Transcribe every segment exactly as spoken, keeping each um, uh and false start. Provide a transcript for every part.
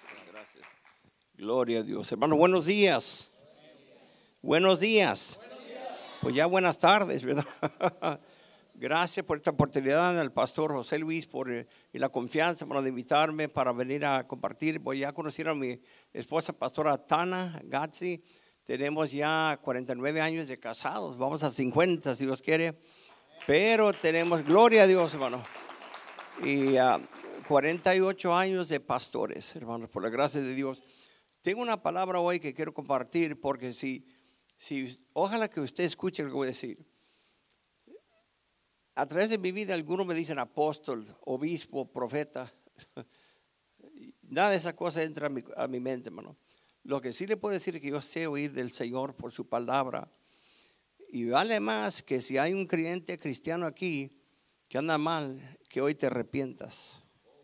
Gracias. Gloria a Dios. Hermano, buenos días. Buenos días. Buenos días. Pues ya buenas tardes, ¿verdad? Gracias por esta oportunidad al pastor José Luis por eh, y la confianza para invitarme para venir a compartir. Voy a conocer a mi esposa, pastora Tana Gatsi. Tenemos ya cuarenta y nueve años de casados. Vamos a cincuenta, si Dios quiere. Pero tenemos, gloria a Dios, hermano. Y uh, cuarenta y ocho años de pastores, hermanos, por la gracia de Dios. Tengo una palabra hoy que quiero compartir porque si, si ojalá que usted escuche lo que voy a decir. A través de mi vida algunos me dicen apóstol, obispo, profeta. Nada de esa cosa entra a mi, a mi mente, hermano. Lo que sí le puedo decir es que yo sé oír del Señor por su palabra. Y vale más que si hay un creyente cristiano aquí que anda mal, que hoy te arrepientas.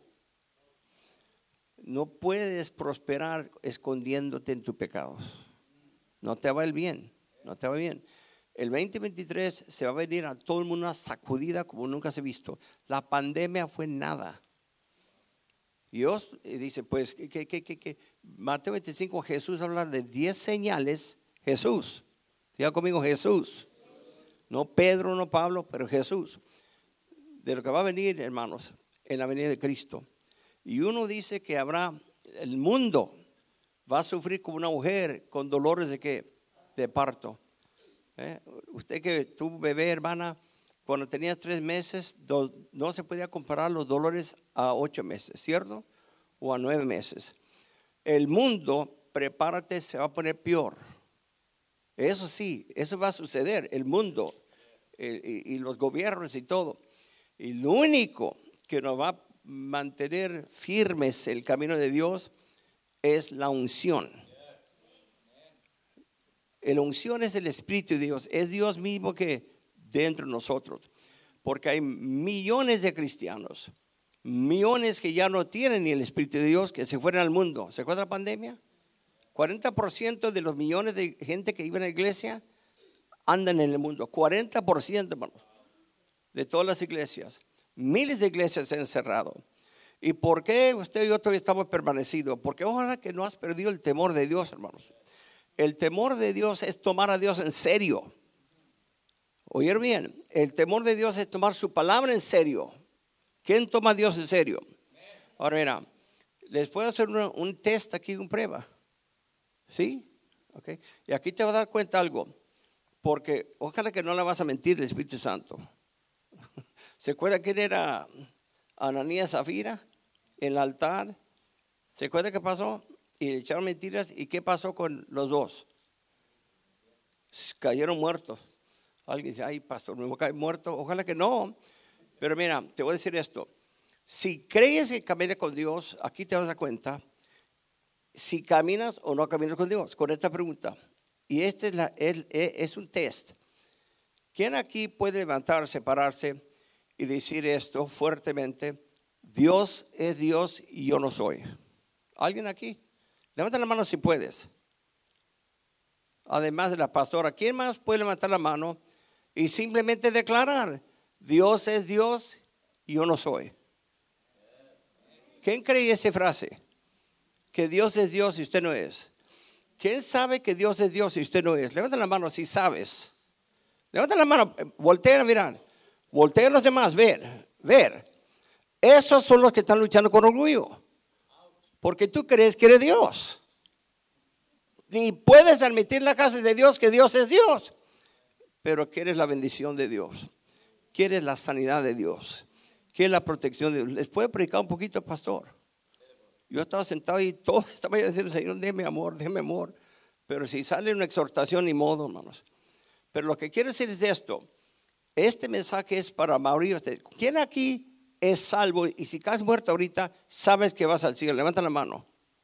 No puedes prosperar escondiéndote en tus pecados. No te va a ir bien, no te va bien. El veinte veintitrés se va a venir a todo el mundo una sacudida como nunca se ha visto. La pandemia fue nada. Dios dice, pues, que, que, que, que Mateo veinticinco, Jesús habla de diez señales. Jesús, diga conmigo Jesús. No Pedro, no Pablo, pero Jesús. De lo que va a venir, hermanos, en la venida de Cristo. Y uno dice que habrá, el mundo va a sufrir como una mujer con dolores de qué, de parto. ¿Eh? Usted que tuvo bebé, hermana, cuando tenías tres meses, do, no se podía comparar los dolores a ocho meses, ¿cierto? O a nueve meses. El mundo, prepárate, se va a poner peor. Eso sí, eso va a suceder, el mundo eh, y, y los gobiernos y todo. Y lo único que nos va a mantener firmes el camino de Dios es la unción. La unción es el Espíritu de Dios, es Dios mismo que dentro de nosotros. Porque hay millones de cristianos, millones que ya no tienen ni el Espíritu de Dios, que se fueron al mundo. ¿Se acuerda la pandemia? cuarenta por ciento de los millones de gente que vive en la iglesia andan en el mundo. cuarenta por ciento, hermanos, de todas las iglesias. Miles de iglesias se han cerrado. ¿Y por qué usted y yo todavía estamos permanecidos? Porque ojalá que no has perdido el temor de Dios, hermanos. El temor de Dios es tomar a Dios en serio. Oír bien, el temor de Dios es tomar su palabra en serio. ¿Quién toma a Dios en serio? Ahora mira, les puedo hacer un, un test aquí, una prueba. ¿Sí? Okay. Y aquí te va a dar cuenta algo. Porque ojalá que no le vas a mentir el Espíritu Santo. ¿Se acuerda quién era Ananías Zafira en el altar? ¿Se acuerda qué pasó? Y le echaron mentiras. ¿Y qué pasó con los dos? Cayeron muertos. Alguien dice, ay pastor, me voy a caer muerto. Ojalá que no. Pero mira, te voy a decir esto. Si crees que caminas con Dios, aquí te vas a dar cuenta si caminas o no caminas con Dios. Con esta pregunta. Y este es, la, es, es un test. ¿Quién aquí puede levantarse, pararse y decir esto fuertemente? Dios es Dios y yo no soy. ¿Alguien aquí? Levanta la mano si puedes. Además de la pastora, ¿quién más puede levantar la mano y simplemente declarar: Dios es Dios y yo no soy? ¿Quién cree esa frase? Que Dios es Dios y usted no es. ¿Quién sabe que Dios es Dios y usted no es? Levanta la mano si sabes. Levanta la mano, voltea a mirar. Voltea a los demás, ver, ver. Esos son los que están luchando con orgullo. Porque tú crees que eres Dios. Ni puedes admitir en la casa de Dios que Dios es Dios. Pero quieres la bendición de Dios. Quieres la sanidad de Dios. Quieres la protección de Dios. ¿Les puedo predicar un poquito, pastor? Yo estaba sentado y todo estaba diciendo: Señor, déme amor, déme amor. Pero si sale una exhortación, ni modo, hermanos. Pero lo que quiero decir es esto. Este mensaje es para Mauricio. ¿Quién aquí es salvo? Y si caes muerto ahorita, sabes que vas al cielo. Levanta la mano.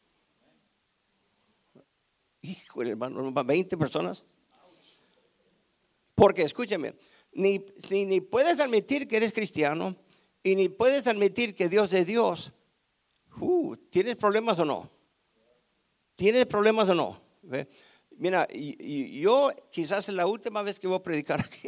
Híjole, hermano, veinte personas. Porque escúchame, ni, ni, ni puedes admitir que eres cristiano y ni puedes admitir que Dios es Dios. Uh, ¿Tienes problemas o no? ¿Tienes problemas o no? ¿Ve? Mira, y, y yo quizás es la última vez que voy a predicar aquí.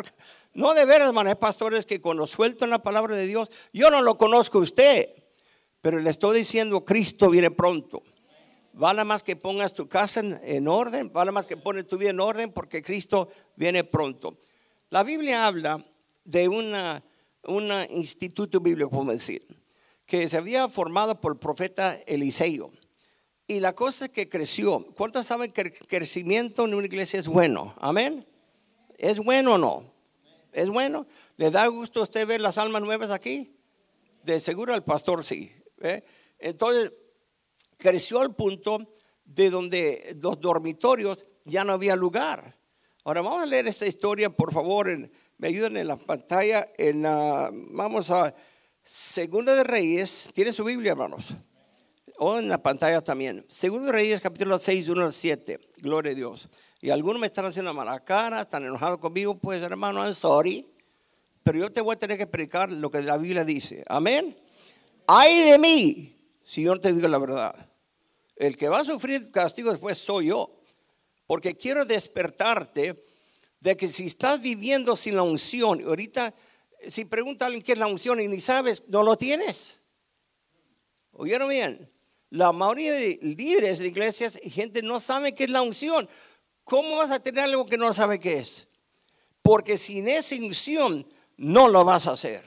No, de veras, hermano, hay pastores que cuando sueltan la palabra de Dios, yo no lo conozco a usted, Pero le estoy diciendo, Cristo viene pronto. Vale más que pongas tu casa en, en orden, vale más que pones tu vida en orden, porque Cristo viene pronto. La Biblia habla de una, una instituto bíblico, podemos decir, que se había formado por el profeta Eliseo. Y la cosa es que creció. ¿Cuántos saben que el crecimiento en una iglesia es bueno? Amén. ¿Es bueno o no? ¿Es bueno? ¿Le da gusto a usted ver las almas nuevas aquí? De seguro al pastor sí. ¿eh? Entonces creció al punto de donde los dormitorios ya no había lugar. Ahora vamos a leer esta historia, por favor. En, me ayudan en la pantalla. En, uh, vamos a Segunda de Reyes. ¿Tiene su Biblia, hermanos? O en la pantalla también. Segunda de Reyes, capítulo seis, uno al siete. Gloria a Dios. Y algunos me están haciendo mala cara, están enojados conmigo. Pues hermano, I'm sorry. Pero yo te voy a tener que explicar lo que la Biblia dice. Amén. Ay de mí, si yo no te digo la verdad. El que va a sufrir castigo después soy yo. Porque quiero despertarte de que si estás viviendo sin la unción, ahorita si pregunta a alguien qué es la unción y ni sabes, no lo tienes. ¿Oyeron bien? La mayoría de líderes de iglesias y gente no sabe qué es la unción. ¿Cómo vas a tener algo que no sabe qué es? Porque sin esa unción no lo vas a hacer.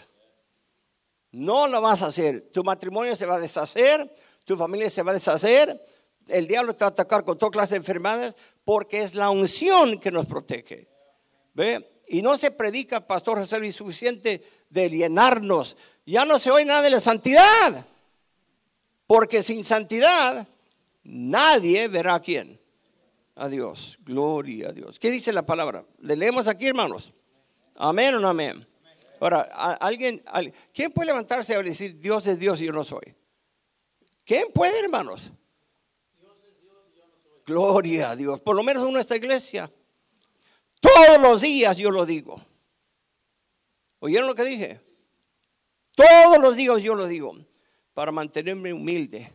No lo vas a hacer. Tu matrimonio se va a deshacer. Tu familia se va a deshacer. El diablo te va a atacar con toda clase de enfermedades porque es la unción que nos protege. ¿Ve? Y no se predica, pastor José Luis, suficiente de llenarnos. Ya no se oye nada de la santidad. Porque sin santidad nadie verá a quién. A Dios. Gloria a Dios. ¿Qué dice la palabra? ¿Le leemos aquí, hermanos? Amén o no amén. Ahora, alguien, alguien, ¿quién puede levantarse y decir Dios es Dios y yo no soy? ¿Quién puede, hermanos? Dios es Dios y yo no soy. Gloria a Dios. Por lo menos en nuestra iglesia. Todos los días yo lo digo. ¿Oyeron lo que dije? Todos los días yo lo digo. Para mantenerme humilde.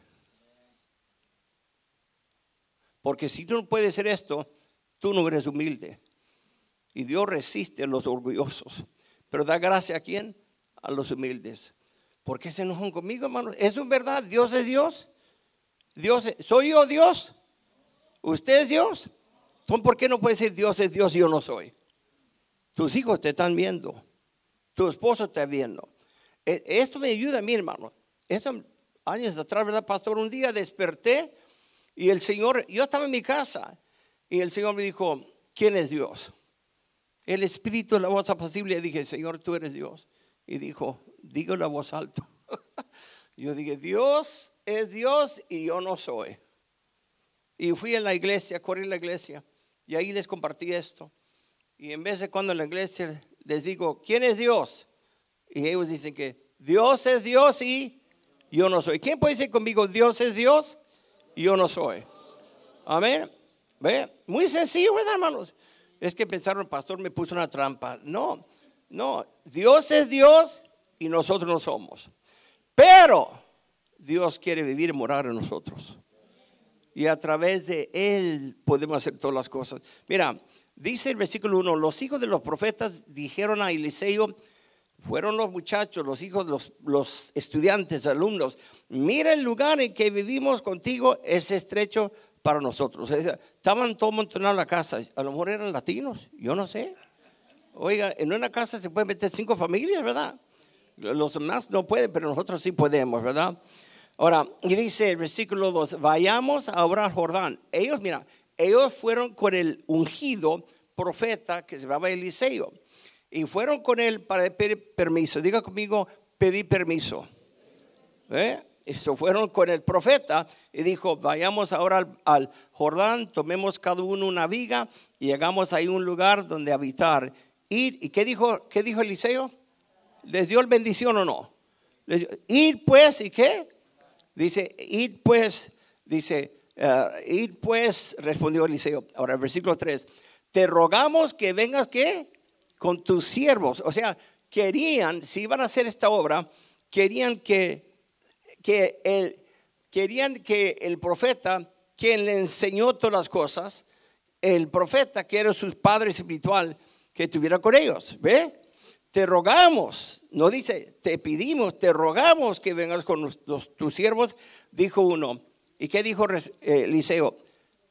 Porque si tú no puedes hacer esto, tú no eres humilde. Y Dios resiste a los orgullosos. Pero da gracia a quién? A los humildes. ¿Por qué se enojan conmigo, hermanos? ¿Eso es verdad? ¿Dios es Dios? Dios es, ¿soy yo Dios? ¿Usted es Dios? Entonces, ¿por qué no puede decir Dios es Dios y yo no soy? Tus hijos te están viendo. Tu esposo te está viendo. Esto me ayuda a mí, hermano. Eso, años atrás, ¿verdad, pastor? Un día desperté y el Señor, yo estaba en mi casa y el Señor me dijo, ¿quién es Dios? El Espíritu es la voz apacible. Y dije, Señor, tú eres Dios. Y dijo, dígalo a voz alta. Yo dije, Dios es Dios y yo no soy. Y fui a la iglesia, corrí a la iglesia y ahí les compartí esto. Y en vez de cuando en la iglesia les digo, ¿quién es Dios? Y ellos dicen que Dios es Dios y yo no soy. ¿Quién puede decir conmigo, Dios es Dios y yo no soy? Amén. ¿Ve? Muy sencillo, ¿verdad, hermanos? Es que pensaron, el pastor me puso una trampa. No, no. Dios es Dios y nosotros no somos. Pero Dios quiere vivir y morar en nosotros. Y a través de Él podemos hacer todas las cosas. Mira, dice el versículo uno, los hijos de los profetas dijeron a Eliseo, fueron los muchachos, los hijos de los, los estudiantes, alumnos, mira el lugar en que vivimos contigo es estrecho para nosotros. O sea, estaban todos amontonados en la casa, a lo mejor eran latinos, yo no sé. Oiga, en una casa se pueden meter cinco familias, ¿verdad? Los demás no pueden, pero nosotros sí podemos, ¿verdad? Ahora, y dice el versículo dos, vayamos ahora al Jordán. Ellos, mira, ellos fueron con el ungido profeta que se llamaba Eliseo. Y fueron con él para pedir permiso. Diga conmigo, pedí permiso. ¿Eh? Eso fueron con el profeta y dijo, vayamos ahora al, al Jordán, tomemos cada uno una viga y hagamos ahí un lugar donde habitar. Ir, ¿y qué dijo, qué dijo Eliseo? ¿Les dio el bendición o no? Les, ir pues, ¿y qué? Dice, ir pues, dice, uh, ir pues, respondió Eliseo. Ahora el versículo tres, te rogamos que vengas, ¿qué? Con tus siervos. O sea, querían, si iban a hacer esta obra, querían que, que el, querían que el profeta, quien le enseñó todas las cosas, el profeta que era su padre espiritual, que estuviera con ellos. ¿Ve? te rogamos, no dice, te pedimos, te rogamos que vengas con los, los, tus siervos, dijo uno. ¿Y qué dijo eh, Eliseo?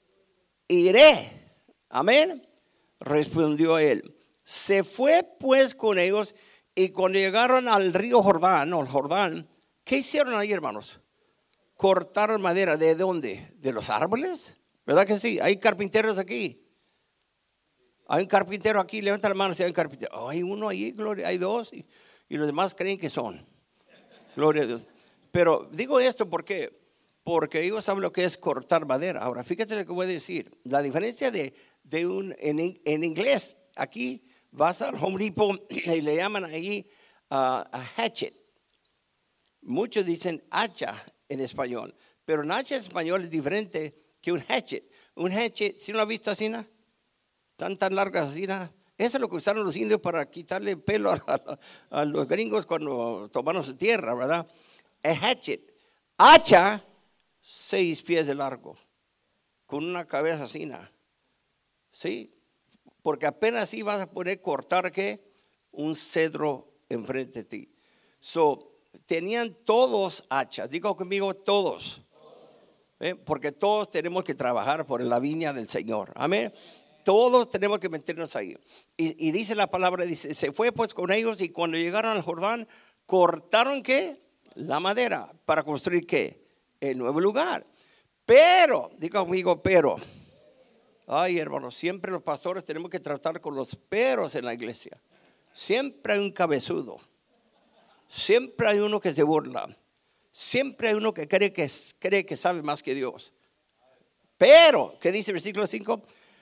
Iré, amén. Respondió él. Se fue pues con ellos y cuando llegaron al río Jordán, o el Jordán, ¿qué hicieron ahí, hermanos? Cortaron madera. ¿De dónde? ¿De los árboles? ¿Verdad que sí? Hay carpinteros aquí. Hay un carpintero aquí, levanta la mano si hay un carpintero. Oh, hay uno ahí, gloria, hay dos. Y, y los demás creen que son. Gloria a Dios. Pero digo esto porque, porque ellos saben lo que es cortar madera. Ahora, fíjate lo que voy a decir. La diferencia de, de un, en, en inglés, aquí vas al Home Depot y le llaman ahí uh, a hatchet. Muchos dicen hacha en español, pero un hacha en español es diferente que un hatchet. Un hatchet, ¿sí no lo has visto así, no? Tan tan largas así, ¿no? Eso es lo que usaron los indios para quitarle pelo a, a, a los gringos cuando tomaron su tierra, ¿verdad? A hatchet, hacha, seis pies de largo, con una cabeza así, ¿no? ¿Sí? Porque apenas así vas a poder cortar, ¿qué? Un cedro enfrente de ti. So, tenían todos hachas, digo conmigo todos, ¿eh? Porque todos tenemos que trabajar por la viña del Señor, amén. Todos tenemos que meternos ahí. Y, y dice la palabra, dice, se fue pues con ellos y cuando llegaron al Jordán, cortaron ¿qué? La madera para construir ¿qué? El nuevo lugar. Pero, diga conmigo, pero. Ay, hermanos, siempre los pastores tenemos que tratar con los peros en la iglesia. Siempre hay un cabezudo. Siempre hay uno que se burla. Siempre hay uno que cree que, cree que sabe más que Dios. Pero, ¿qué dice el versículo cinco?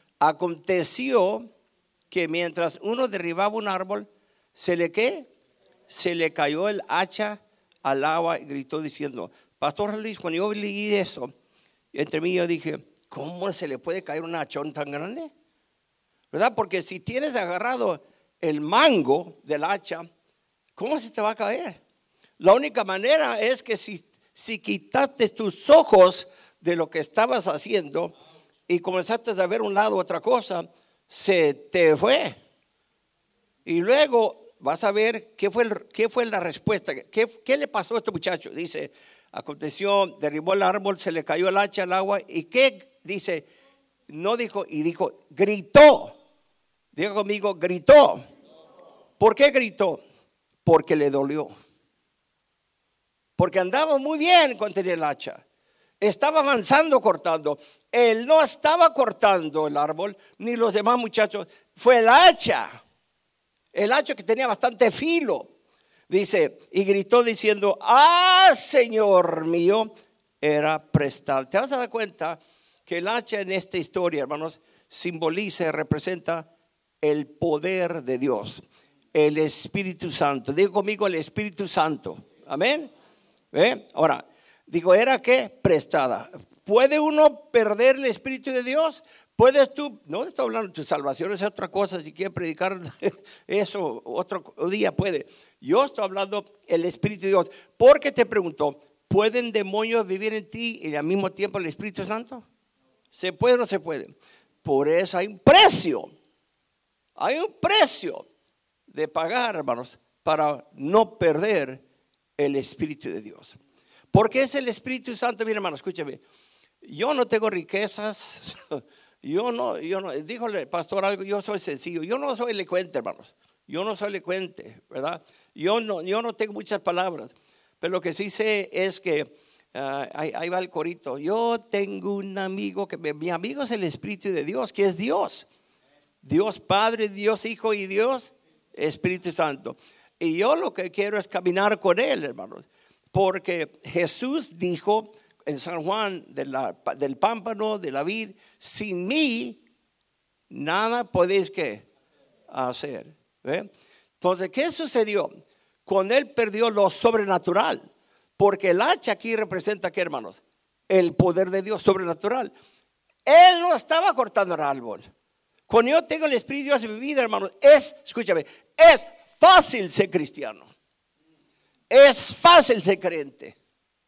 Aconteció que mientras uno derribaba un árbol, se le ¿qué? Se le cayó el hacha al agua y gritó diciendo, Pastor Luis, cuando yo leí eso, entre mí yo dije, ¿cómo se le puede caer un hachón tan grande? ¿Verdad? Porque si tienes agarrado el mango del hacha, ¿cómo se te va a caer? La única manera es que si, si quitaste tus ojos de lo que estabas haciendo y comenzaste a ver un lado otra cosa, se te fue. Y luego vas a ver qué fue, el, qué fue la respuesta. ¿Qué, ¿Qué le pasó a este muchacho? Dice, aconteció, derribó el árbol, se le cayó el hacha al agua. ¿Y qué? Dice, no dijo, y dijo, gritó. Diga conmigo, gritó. ¿Por qué gritó? Porque le dolió. Porque andaba muy bien cuando tenía el hacha. Estaba avanzando cortando. Él no estaba cortando el árbol, ni los demás muchachos. Fue el hacha. El hacha que tenía bastante filo. Dice, y gritó diciendo, ah, Señor mío, era prestado. ¿Te vas a dar cuenta que el hacha en esta historia, hermanos, simboliza y representa el poder de Dios, el Espíritu Santo? Digo conmigo, el Espíritu Santo. Amén. ¿Eh? Ahora, digo, ¿era qué? Prestada. ¿Puede uno perder el Espíritu de Dios? ¿Puedes tú? No estoy hablando de tu salvación, es otra cosa. Si quieres predicar eso otro día puede. Yo estoy hablando el Espíritu de Dios. Porque te pregunto, ¿pueden demonios vivir en ti y al mismo tiempo el Espíritu Santo? ¿Se puede o no se puede? Por eso hay un precio. Hay un precio de pagar, hermanos, para no perder el Espíritu de Dios. Porque es el Espíritu Santo. Mira, hermano, escúchame. Yo no tengo riquezas. Yo no, yo no. Díjole, pastor, algo. Yo soy sencillo. Yo no soy elocuente, hermanos. Yo no soy elocuente, ¿verdad? Yo no, yo no tengo muchas palabras. Pero lo que sí sé es que uh, ahí, ahí va el corito. Yo tengo un amigo que mi amigo es el Espíritu de Dios, que es Dios. Dios Padre, Dios Hijo y Dios Espíritu Santo. Y yo lo que quiero es caminar con él, hermanos. Porque Jesús dijo en San Juan de la, del pámpano, de la vid, sin mí nada podéis ¿qué? Hacer. ¿Ve? Entonces, ¿qué sucedió? Cuando él perdió lo sobrenatural. Porque el hacha aquí representa ¿qué, hermanos? El poder de Dios sobrenatural. Él no estaba cortando el árbol. Cuando yo tengo el Espíritu de Dios en mi vida, hermanos, es, escúchame, es fácil ser cristiano. Es fácil ser creyente.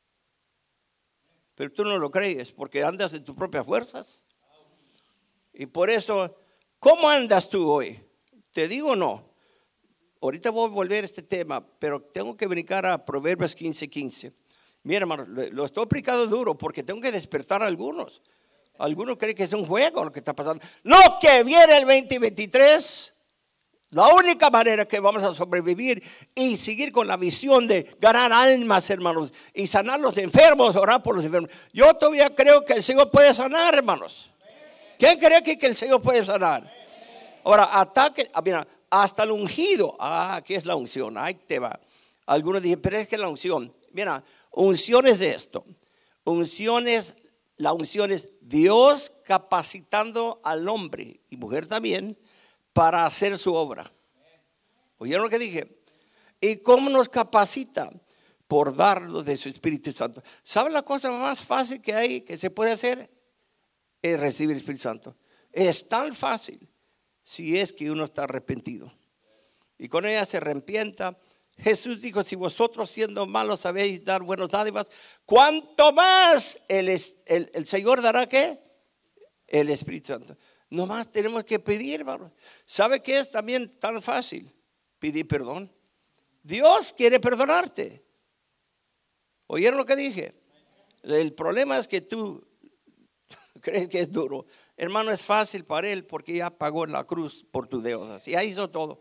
Pero tú no lo crees porque andas en tus propias fuerzas. Y por eso, ¿cómo andas tú hoy? Te digo no. ahorita voy a volver a este tema, pero tengo que brincar a Proverbios quince, quince. Mira, hermano, lo estoy aplicando duro porque tengo que despertar a algunos. Algunos creen que es un juego lo que está pasando. No, que viene el veinte veintitrés. La única manera que vamos a sobrevivir y seguir con la visión de ganar almas, hermanos, y sanar los enfermos, orar por los enfermos. Yo todavía creo que el Señor puede sanar, hermanos. ¿Quién cree que, que el Señor puede sanar? Ahora, ataque, mira, hasta el ungido. Ah, aquí es la unción. Ahí te va. Algunos dicen, pero es que la unción. Mira, unción es esto. Unción es, la unción es Dios capacitando al hombre y mujer también para hacer su obra. ¿Oyeron lo que dije? ¿Y cómo nos capacita? Por darnos de su Espíritu Santo. ¿Sabe la cosa más fácil que hay, que se puede hacer? Es recibir el Espíritu Santo. Es tan fácil si es que uno está arrepentido. Y con ella se arrepienta. Jesús dijo, si vosotros siendo malos sabéis dar buenas dádivas, ¿cuánto más el, el, el Señor dará qué? El Espíritu Santo. Nomás tenemos que pedir, hermano. ¿Sabe qué es también tan fácil? Pedir perdón. Dios quiere perdonarte. ¿Oyeron lo que dije? El problema es que tú crees que es duro. Hermano, es fácil para Él porque ya pagó en la cruz por tus deudas. Ya hizo todo.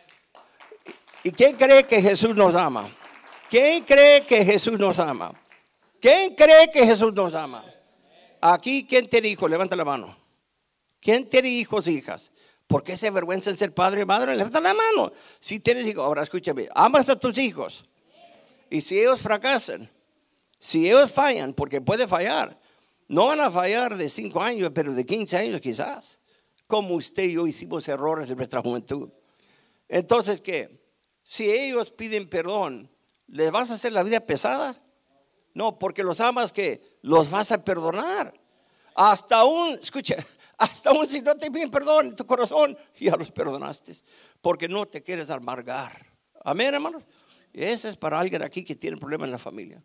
¿Y quién cree que Jesús nos ama? ¿Quién cree que Jesús nos ama? ¿Quién cree que Jesús nos ama? Aquí, ¿quién tiene hijos? Levanta la mano. ¿Quién tiene hijos e hijas? ¿Por qué se avergüenza en ser padre y madre? Levanta la mano. Si tienes hijos, ahora escúchame, amas a tus hijos. Y si ellos fracasan, si ellos fallan, porque puede fallar, no van a fallar de cinco años, pero de quince años quizás. Como usted y yo hicimos errores en nuestra juventud. Entonces, ¿qué? Si ellos piden perdón, ¿les vas a hacer la vida pesada? No, porque los amas, que los vas a perdonar. Hasta un, escucha, hasta un si no te piden perdón en tu corazón, ya los perdonaste, porque no te quieres amargar. Amén, hermanos. Ese es para alguien aquí que tiene problemas en la familia.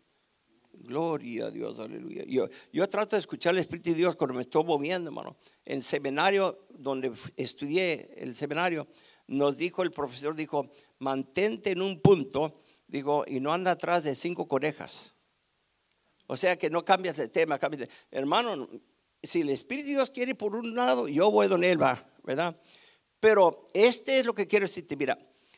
Gloria a Dios, aleluya. Yo, yo trato de escuchar el Espíritu de Dios cuando me estoy moviendo, hermano. En seminario, donde estudié el seminario, nos dijo el profesor, dijo, mantente en un punto, dijo, y no anda atrás de cinco conejas. O sea que no cambias de tema, cambias de, hermano, si el Espíritu de Dios quiere por un lado, yo voy donde Él va, ¿verdad? Pero este es lo que quiero decirte, mira,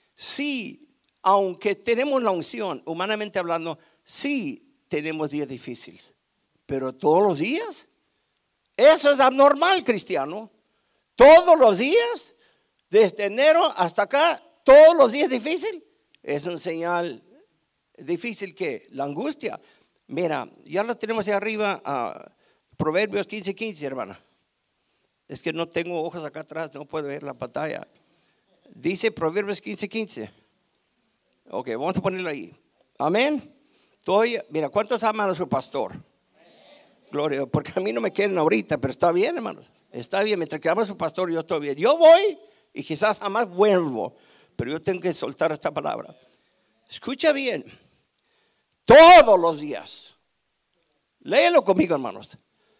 sí, aunque tenemos la unción, humanamente hablando, sí tenemos días difíciles, pero todos los días, eso es abnormal, cristiano. Todos los días, desde enero hasta acá, todos los días difícil, es un señal difícil que la angustia. Mira, ya lo tenemos ahí arriba, uh, Proverbios quince, quince, hermana. Es que no tengo ojos acá atrás, no puedo ver la pantalla. Dice Proverbios quince, quince. Ok, vamos a ponerlo ahí. Amén. Estoy, mira, ¿cuántos aman a su pastor? Gloria, porque a mí no me quieren ahorita, pero está bien, hermanos. Está bien, mientras que ama a su pastor, yo estoy bien. Yo voy y quizás jamás vuelvo, pero yo tengo que soltar esta palabra. Escucha bien. Todos los días. Léelo conmigo, hermanos.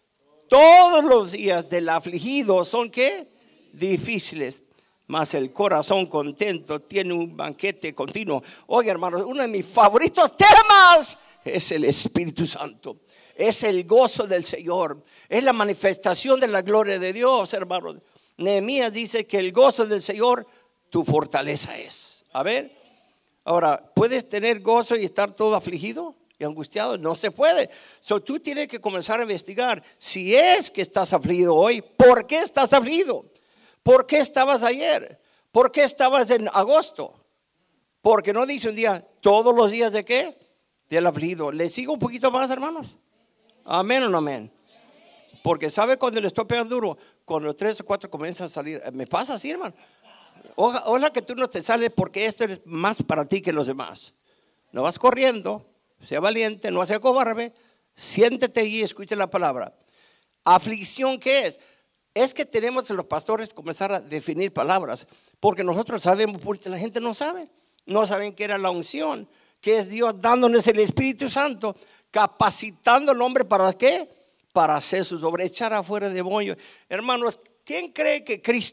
Todos los días del afligido son ¿qué? Difíciles. Mas el corazón contento tiene un banquete continuo. Oye, hermanos, uno de mis favoritos temas es el Espíritu Santo. Es el gozo del Señor. Es la manifestación de la gloria de Dios, hermanos. Nehemías dice que el gozo del Señor tu fortaleza es. A ver, ahora, ¿puedes tener gozo y estar todo afligido y angustiado? No se puede. So, tú tienes que comenzar a investigar si es que estás afligido hoy. ¿Por qué estás afligido? ¿Por qué estabas ayer? ¿Por qué estabas en agosto? Porque no dice un día, todos los días de qué? Del afligido. ¿Le sigo un poquito más, hermanos? Amén o no amén. Porque sabe cuando le estoy pegando duro, cuando los tres o cuatro comienzan a salir, me pasa así, hermano. Ojalá, ojalá que tú no te sales porque esto es más para ti que los demás. No vas corriendo, sea valiente, no sea cobarde, siéntete y escucha la palabra. Aflicción, ¿qué es? Es que tenemos los pastores comenzar a definir palabras, porque nosotros sabemos, porque la gente no sabe. No saben qué era la unción, que es Dios dándonos el Espíritu Santo, capacitando al hombre para qué, para hacer sus obras, echar afuera demonios. Hermanos, ¿quién cree que Cristo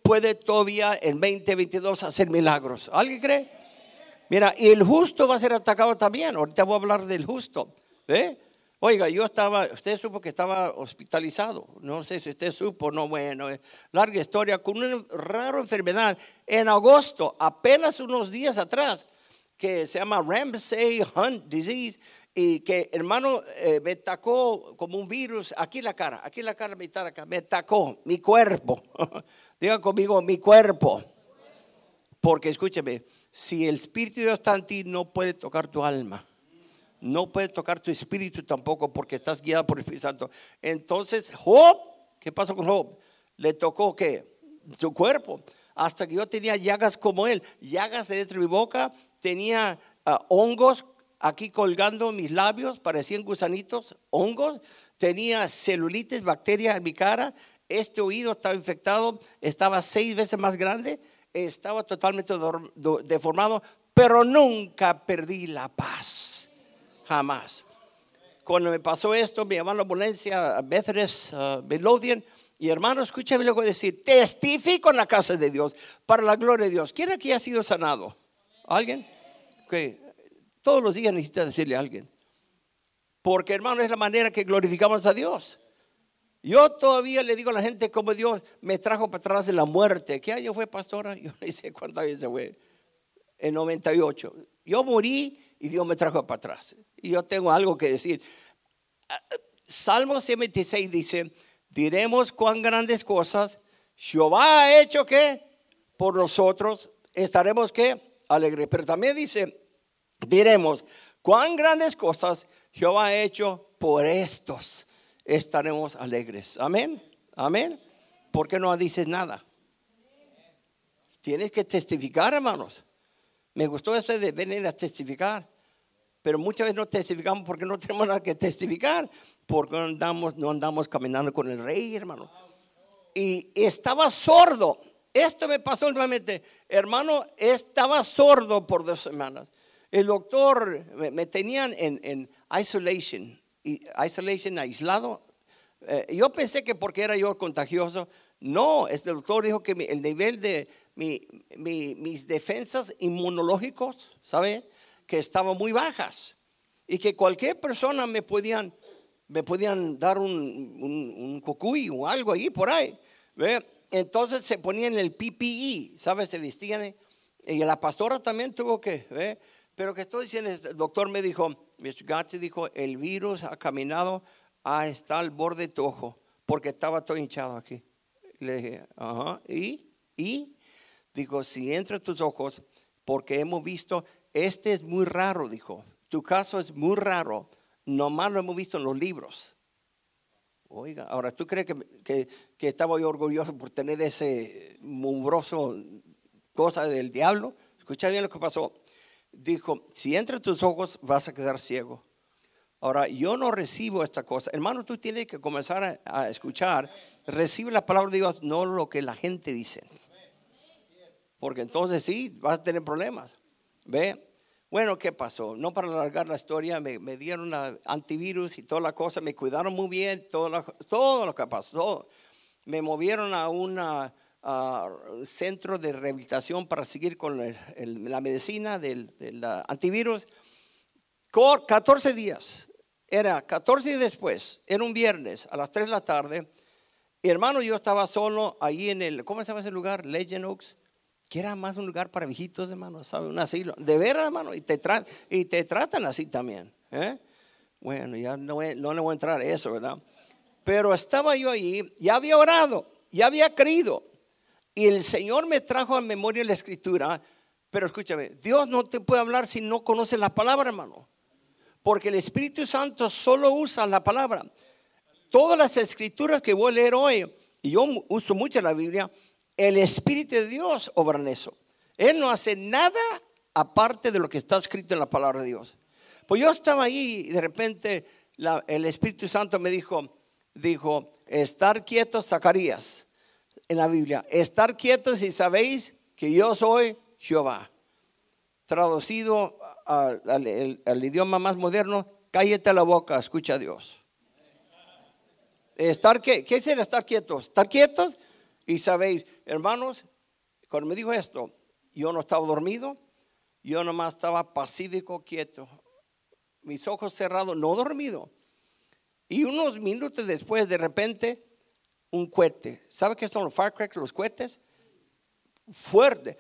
puede todavía en veinte veintidós hacer milagros. ¿Alguien cree? Mira, y el justo va a ser atacado también. Ahorita voy a hablar del justo. ¿Eh? Oiga, yo estaba, usted supo que estaba hospitalizado. No sé si usted supo, no, bueno, larga historia, con una rara enfermedad en agosto, apenas unos días atrás, que se llama Ramsay Hunt Disease, y que, hermano, eh, me atacó como un virus aquí en la cara, aquí en la cara, me atacó, me atacó mi cuerpo. Diga conmigo, mi cuerpo. Porque escúcheme, si el Espíritu de Dios está en ti, no puede tocar tu alma. No puede tocar tu espíritu tampoco, porque estás guiado por el Espíritu Santo. Entonces, Job, ¿qué pasó con Job? Le tocó ¿qué? Su cuerpo. Hasta que yo tenía llagas como él, llagas de dentro de mi boca, tenía uh, hongos aquí colgando mis labios, parecían gusanitos, hongos, tenía celulitis, bacterias en mi cara, este oído estaba infectado, estaba seis veces más grande, estaba totalmente deformado, pero nunca perdí la paz. Jamás. Cuando me pasó esto, me llamaron a la ambulancia a Methodist uh, Midlothian. Y hermano, escúchame lo que voy a decir. Testifico en la casa de Dios para la gloria de Dios. ¿Quién aquí ha sido sanado? ¿Alguien? Okay. Todos los días necesita decirle a alguien. Porque hermano, es la manera que glorificamos a Dios. Yo todavía le digo a la gente cómo Dios me trajo para atrás de la muerte. ¿Qué año fue, pastora? Yo no sé cuántos años se fue. En noventa y ocho. Yo morí y Dios me trajo para atrás. Y yo tengo algo que decir. Salmo setenta y seis dice: diremos cuán grandes cosas Jehová ha hecho que por nosotros, estaremos que alegres. Pero también dice: diremos cuán grandes cosas Jehová ha hecho por estos, estaremos alegres. Amén, amén. ¿Por qué no dices nada? Tienes que testificar, hermanos. Me gustó eso de venir a testificar. Pero muchas veces no testificamos porque no tenemos nada que testificar. Porque no andamos, no andamos caminando con el rey, hermano. Y estaba sordo. Esto me pasó últimamente. Hermano, estaba sordo por dos semanas. El doctor me, me tenían en, en isolation. Isolation, aislado. Eh, yo pensé que porque era yo contagioso. No, este doctor dijo que mi, el nivel de mi, mi, mis defensas inmunológicos, ¿sabe? Que estaban muy bajas. Y que cualquier persona me podían, me podían dar un, un, un cucuy o algo ahí por ahí. ¿Ve? Entonces se ponían el P P E, ¿sabes? Se vestían. Y la pastora también tuvo que, ¿ve? Pero que estoy diciendo, el doctor me dijo, mister Gatsi dijo, el virus ha caminado hasta el borde de tu ojo, porque estaba todo hinchado aquí. Le dije, ajá, ¿y? ¿Y? Digo, si entra tus ojos, porque hemos visto, este es muy raro, dijo, tu caso es muy raro, nomás lo hemos visto en los libros. Oiga, ahora, ¿tú crees que, que, que estaba yo orgulloso por tener ese mugroso cosa del diablo? Escucha bien lo que pasó. Dijo, si entra tus ojos vas a quedar ciego. Ahora, yo no recibo esta cosa. Hermano, tú tienes que comenzar a, a escuchar. Recibe la palabra de Dios, no lo que la gente dice. Porque entonces sí, vas a tener problemas. ¿Ve? Bueno, ¿qué pasó? No para alargar la historia, me, me dieron una antivirus y toda la cosa. Me cuidaron muy bien, todo lo, todo lo que pasó. Me movieron a un uh, centro de rehabilitación para seguir con el, el, la medicina del, del uh, antivirus. catorce días. Era catorce días después, era un viernes a las tres de la tarde. Y hermano, yo estaba solo allí en el, ¿cómo se llama ese lugar? Legend Oaks, que era más un lugar para viejitos, hermano, ¿sabe? Un asilo, de veras, hermano, y te, tra- y te tratan así también. ¿eh? Bueno, ya no, no le voy a entrar a eso, ¿verdad? Pero estaba yo allí, ya había orado, ya había creído. Y el Señor me trajo a memoria la escritura. Pero escúchame, Dios no te puede hablar si no conoces la palabra, hermano. Porque el Espíritu Santo solo usa la palabra. Todas las escrituras que voy a leer hoy, y yo uso mucho la Biblia, el Espíritu de Dios obra en eso. Él no hace nada aparte de lo que está escrito en la palabra de Dios. Pues yo estaba ahí y de repente la, el Espíritu Santo me dijo, dijo, estar quietos, Zacarías, en la Biblia. Estar quietos y sabéis que yo soy Jehová. Traducido al, al, al idioma más moderno, cállate la boca, escucha a Dios. Estar, ¿qué, ¿Qué es estar quietos? Estar quietos Y sabéis, hermanos, cuando me dijo esto, yo no estaba dormido, yo nomás estaba pacífico, quieto, mis ojos cerrados, no dormido. Y unos minutos después, de repente, un cohete. ¿Sabe qué son los firecrackers, los cohetes? Fuerte.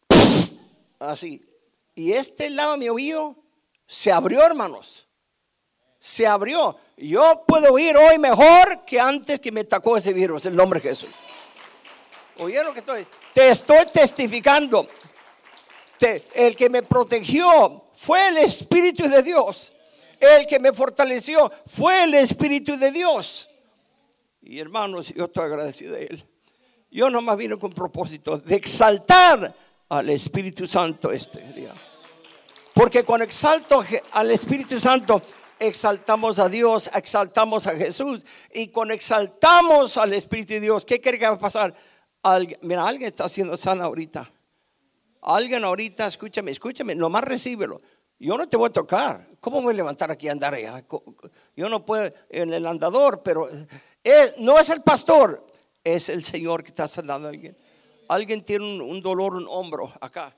Así. Y este lado de mi oído se abrió, hermanos. Se abrió. Yo puedo oír hoy mejor que antes que me atacó ese virus, el nombre de Jesús. ¿Oyeron lo que estoy? Te estoy testificando. Te, el que me protegió fue el Espíritu de Dios. El que me fortaleció fue el Espíritu de Dios. Y hermanos, yo estoy agradecido de Él. Yo nomás vine con propósito de exaltar al Espíritu Santo este día. Porque cuando exalto al Espíritu Santo, exaltamos a Dios, exaltamos a Jesús. Y cuando exaltamos al Espíritu de Dios, ¿qué cree que va a pasar? Alguien, mira, alguien está siendo sana ahorita. Alguien ahorita, escúchame, escúchame, nomás recíbelo. Yo no te voy a tocar. ¿Cómo me voy a levantar aquí y andar allá? Yo no puedo en el andador, pero es, no es el pastor, es el Señor que está sanando a alguien. Alguien tiene un, un dolor, un hombro acá,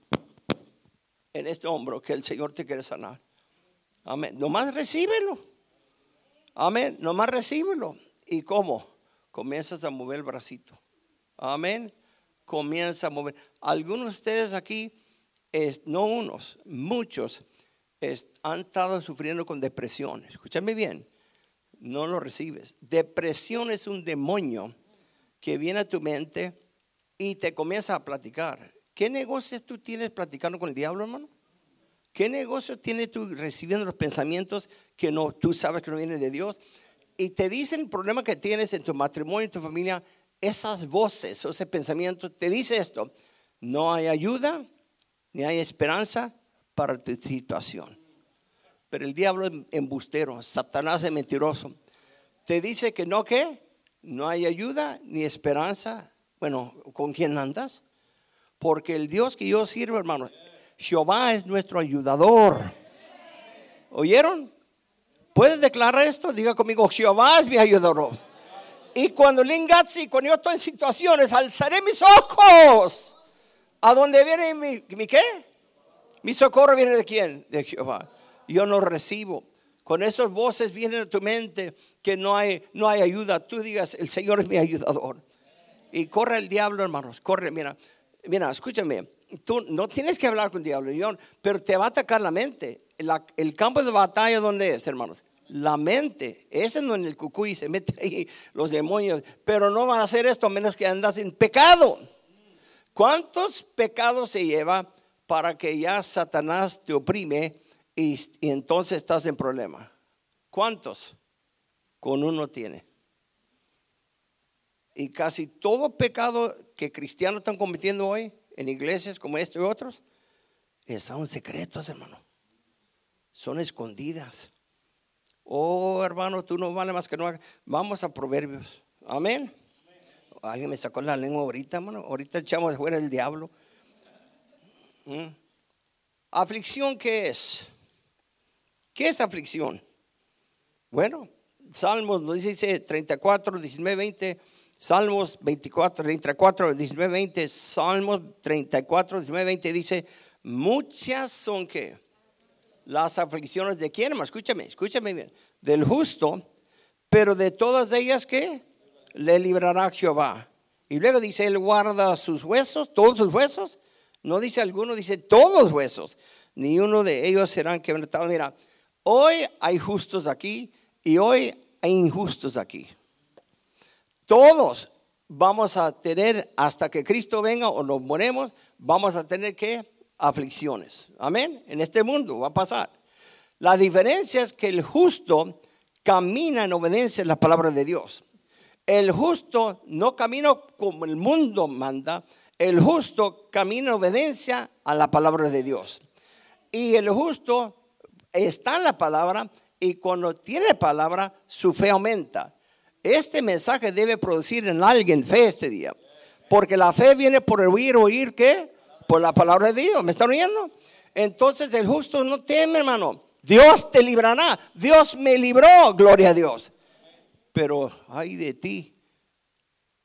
en este hombro, que el Señor te quiere sanar. Amén. Nomás recíbelo. Amén. Nomás recíbelo. ¿Y cómo? Comienzas a mover el bracito. Amén. Comienza a mover. Algunos de ustedes aquí, es, no unos, muchos es, han estado sufriendo con depresión. Escúchame bien. No lo recibes. Depresión es un demonio que viene a tu mente y te comienza a platicar. ¿Qué negocios tú tienes platicando con el diablo, hermano? ¿Qué negocio tienes tú recibiendo los pensamientos que no, tú sabes que no vienen de Dios? Y te dicen el problema que tienes en tu matrimonio, en tu familia. Esas voces, ese pensamiento te dice esto: no hay ayuda ni hay esperanza para tu situación. Pero el diablo es embustero, Satanás es mentiroso. Te dice que no, que no hay ayuda ni esperanza. Bueno, ¿con quién andas? Porque el Dios que yo sirvo, hermanos, Jehová es nuestro ayudador. ¿Oyeron? ¿Puedes declarar esto? Diga conmigo: Jehová es mi ayudador. Y cuando Lingatzi, cuando yo estoy en situaciones, alzaré mis ojos. ¿A dónde viene mi, mi qué? Mi socorro viene de quién? De Jehová. Yo no recibo. Con esas voces vienen a tu mente que no hay, no hay ayuda. Tú digas: el Señor es mi ayudador. Y corre el diablo, hermanos. Corre, mira, mira, escúchame. Tú no tienes que hablar con el diablo, yo, pero te va a atacar la mente. La, el campo de batalla, ¿dónde es, hermanos? La mente. Ese es donde el cucuy se mete ahí los demonios. Pero no van a hacer esto a menos que andas en pecado. ¿Cuántos pecados se lleva para que ya Satanás te oprime y, y entonces estás en problema? ¿Cuántos? Con uno tiene. Y casi todo pecado que cristianos están cometiendo hoy en iglesias como esta y otros, son secretos, hermano. Son escondidas. Oh, hermano, tú no vale más que no hagas. Vamos a Proverbios. Amén. Alguien me sacó la lengua ahorita, hermano. Ahorita echamos fuera el diablo. ¿Mm? Aflicción, ¿qué es? ¿Qué es aflicción? Bueno, Salmos nos dice treinta y cuatro, diecinueve, veinte. Salmos veinticuatro, treinta y cuatro, diecinueve, veinte. Salmos treinta y cuatro, diecinueve, veinte dice: muchas son ¿qué? Las aflicciones de quién, hermano. Escúchame, escúchame bien. Del justo, pero de todas ellas ¿qué? Le librará Jehová. Y luego dice: él guarda sus huesos, todos sus huesos. No dice alguno, dice todos los huesos. Ni uno de ellos serán quebrantados. Mira, hoy hay justos aquí y hoy hay injustos aquí. Todos vamos a tener, hasta que Cristo venga o nos moremos, vamos a tener ¿qué? Aflicciones. Amén. En este mundo va a pasar. La diferencia es que el justo camina en obediencia a la palabra de Dios. El justo no camina como el mundo manda. El justo camina en obediencia a la palabra de Dios. Y el justo está en la palabra, y cuando tiene palabra, su fe aumenta. Este mensaje debe producir en alguien fe este día. Porque la fe viene por oír, oír ¿qué? Por la palabra de Dios. ¿Me están oyendo? Entonces el justo no teme, hermano. Dios te librará. Dios me libró, gloria a Dios. Pero ay de ti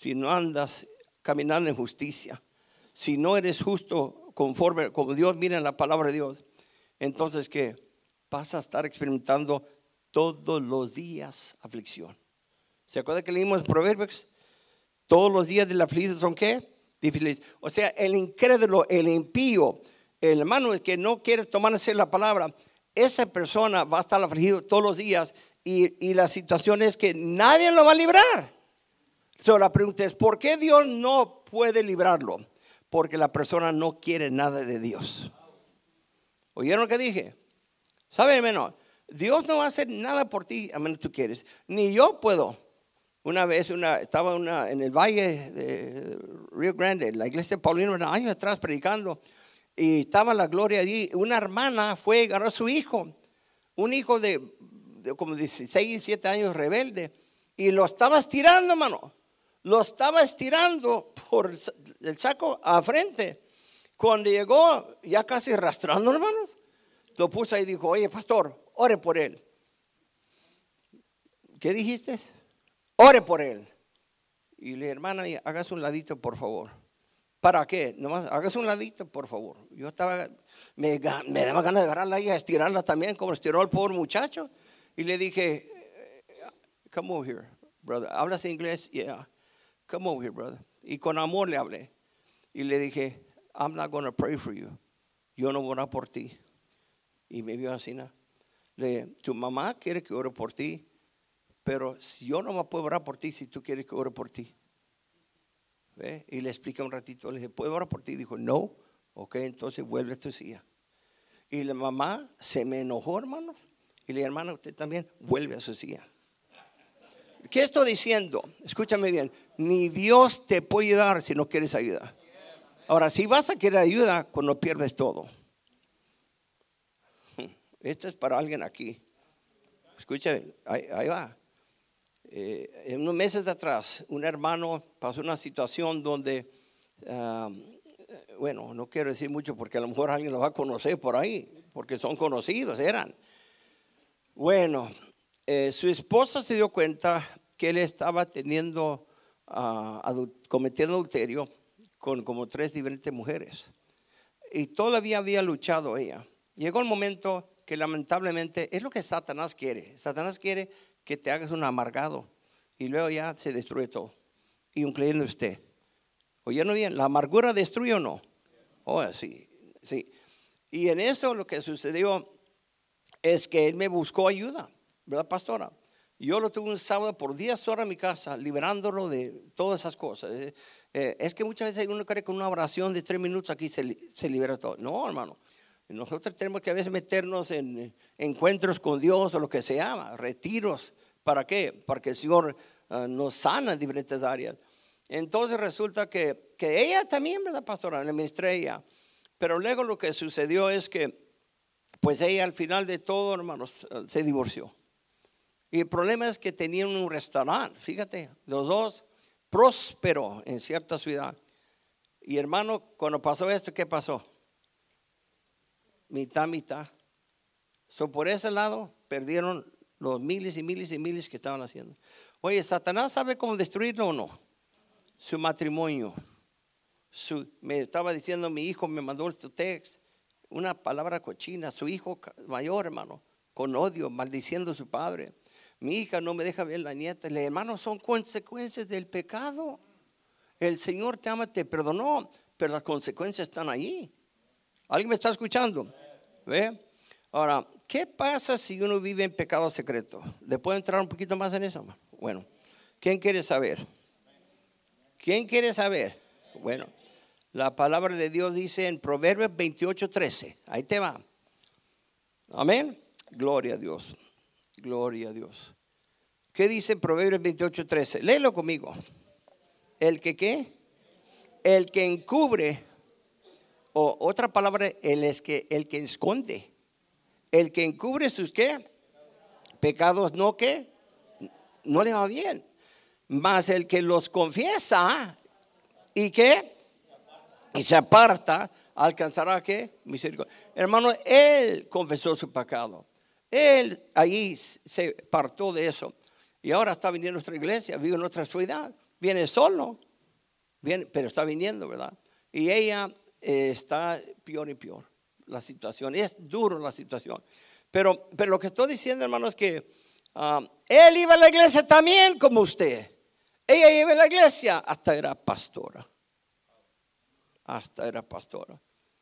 si no andas caminando en justicia, si no eres justo conforme como Dios mira en la palabra de Dios, entonces ¿qué? Vas a estar experimentando todos los días aflicción. ¿Se acuerda que leímos Proverbios? Todos los días del afligido son ¿qué? Difíciles. O sea, el incrédulo, el impío, el hermano que no quiere tomarse la palabra, esa persona va a estar afligido todos los días y, y la situación es que nadie lo va a librar. So, la pregunta es, ¿por qué Dios no puede librarlo? Porque la persona no quiere nada de Dios. ¿Oyeron lo que dije? ¿Saben, hermano? Dios no va a hacer nada por ti a menos que tú quieres. Ni yo puedo. Una vez una, estaba una, en el valle de Río Grande, en la iglesia de Paulino, años atrás predicando. Y estaba la gloria allí. Una hermana fue y agarró a su hijo. Un hijo de, de como dieciséis, diecisiete años, rebelde. Y lo estaba estirando, hermano. Lo estaba estirando por el saco a frente. Cuando llegó, ya casi arrastrando, hermanos, lo puso ahí y dijo, oye, pastor, ore por él. ¿Qué dijiste? Ore por él. Y le dije, hermana, hágase un ladito, por favor. ¿Para qué? Nomás hágase un ladito, por favor. Yo estaba, me, me daba ganas de agarrarla y a estirarla también, como estiró el pobre muchacho. Y le dije, come over here, brother. ¿Hablas inglés? Yeah. Come over here, brother. Y con amor le hablé. Y le dije, I'm not going to pray for you. Yo no voy a orar por ti. Y me vio así, ¿no? Le dije, tu mamá quiere que ore por ti, pero yo no me puedo orar por ti si tú quieres que ore por ti. ¿Ve? Y le expliqué un ratito. Le dije, ¿puedo orar por ti? Dijo, no. Ok, entonces vuelve a tu silla. Y la mamá se me enojó, hermanos. Y le dije, hermana, usted también vuelve a su silla. ¿Qué estoy diciendo? Escúchame bien. Ni Dios te puede ayudar si no quieres ayuda. Ahora, si vas a querer ayuda, cuando pierdes todo. Esto es para alguien aquí. Escúchame, ahí, ahí va. Eh, en unos meses de atrás, un hermano pasó una situación donde, uh, bueno, no quiero decir mucho porque a lo mejor alguien lo va a conocer por ahí, porque son conocidos, eran. Bueno, eh, su esposa se dio cuenta que él estaba teniendo, uh, adult- cometiendo adulterio con como tres diferentes mujeres. Y todavía había luchado ella. Llegó el momento que lamentablemente es lo que Satanás quiere. Satanás quiere que te hagas un amargado y luego ya se destruye todo, incluyendo usted. ¿Oyeron bien? ¿La amargura destruye o no? Oh, sí, sí. Y en eso lo que sucedió es que él me buscó ayuda, ¿verdad, pastora? Yo lo tuve un sábado por diez horas en mi casa, liberándolo de todas esas cosas. Eh, eh, es que muchas veces uno cree que con una oración de tres minutos aquí se, se libera todo. No, hermano. Nosotros tenemos que a veces meternos en encuentros con Dios o lo que se llama, retiros. ¿Para qué? Para que el Señor uh, nos sana en diferentes áreas. Entonces resulta que, que ella también, ¿verdad, pastora? Le ministré ella. Pero luego lo que sucedió es que, pues ella al final de todo, hermanos, uh, se divorció. Y el problema es que tenían un restaurante, fíjate, los dos prósperos en cierta ciudad. Y hermano, cuando pasó esto, ¿qué pasó? Mitad, mitad. So, por ese lado perdieron los miles y miles y miles que estaban haciendo. Oye, ¿Satanás sabe cómo destruirlo o no? Su matrimonio. Su, me estaba diciendo mi hijo, me mandó este texto, una palabra cochina. Su hijo mayor, hermano, con odio, maldiciendo a su padre. Mi hija no me deja ver la nieta. Le hermano, son consecuencias del pecado. El Señor te ama, te perdonó, pero las consecuencias están allí. ¿Alguien me está escuchando? ¿Ve? Ahora, ¿qué pasa si uno vive en pecado secreto? ¿Le puedo entrar un poquito más en eso? Bueno, ¿quién quiere saber? ¿Quién quiere saber? Bueno, la palabra de Dios dice en Proverbios veintiocho, trece. Ahí te va. Amén. Gloria a Dios. Gloria a Dios. ¿Qué dice Proverbios veintiocho, trece? Léelo conmigo. El que qué? El que encubre, o otra palabra, el es que el que esconde. El que encubre sus qué? Pecados, no qué? No le va bien. Mas el que los confiesa y qué? Y se aparta, alcanzará qué? Misericordia. Hermano, él confesó su pecado. Él allí se apartó de eso. Y ahora está viniendo a nuestra iglesia, vive en nuestra ciudad. Viene solo, viene, pero está viniendo, ¿verdad? Y ella eh, está peor y peor. La situación, es duro la situación. Pero, pero lo que estoy diciendo, hermano, es que um, él iba a la iglesia también como usted. Ella iba a la iglesia, hasta era pastora. Hasta era pastora.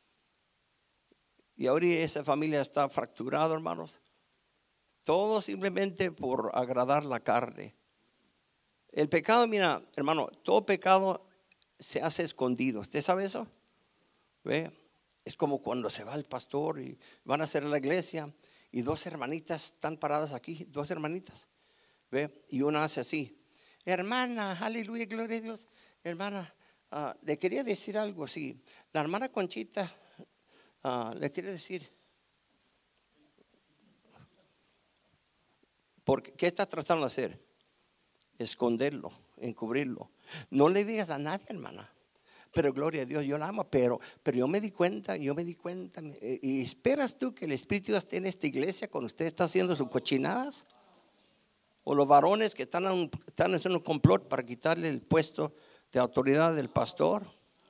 Y ahora esa familia está fracturada, hermanos. Todo simplemente por agradar la carne. El pecado, mira, hermano, todo pecado se hace escondido. ¿Usted sabe eso? ¿Ve? Es como cuando se va el pastor y van a hacer la iglesia y dos hermanitas están paradas aquí, dos hermanitas. ¿Ve? Y una hace así. Hermana, aleluya, gloria a Dios. Hermana, uh, le quería decir algo así. La hermana Conchita uh, le quiere decir. Porque, ¿qué está tratando de hacer? Esconderlo, encubrirlo. No le digas a nadie, hermana. Pero gloria a Dios, yo la amo. Pero, pero yo me di cuenta, yo me di cuenta. ¿Y esperas tú que el Espíritu esté en esta iglesia cuando usted está haciendo sus cochinadas? O los varones que están, un, están haciendo un complot para quitarle el puesto de autoridad del pastor.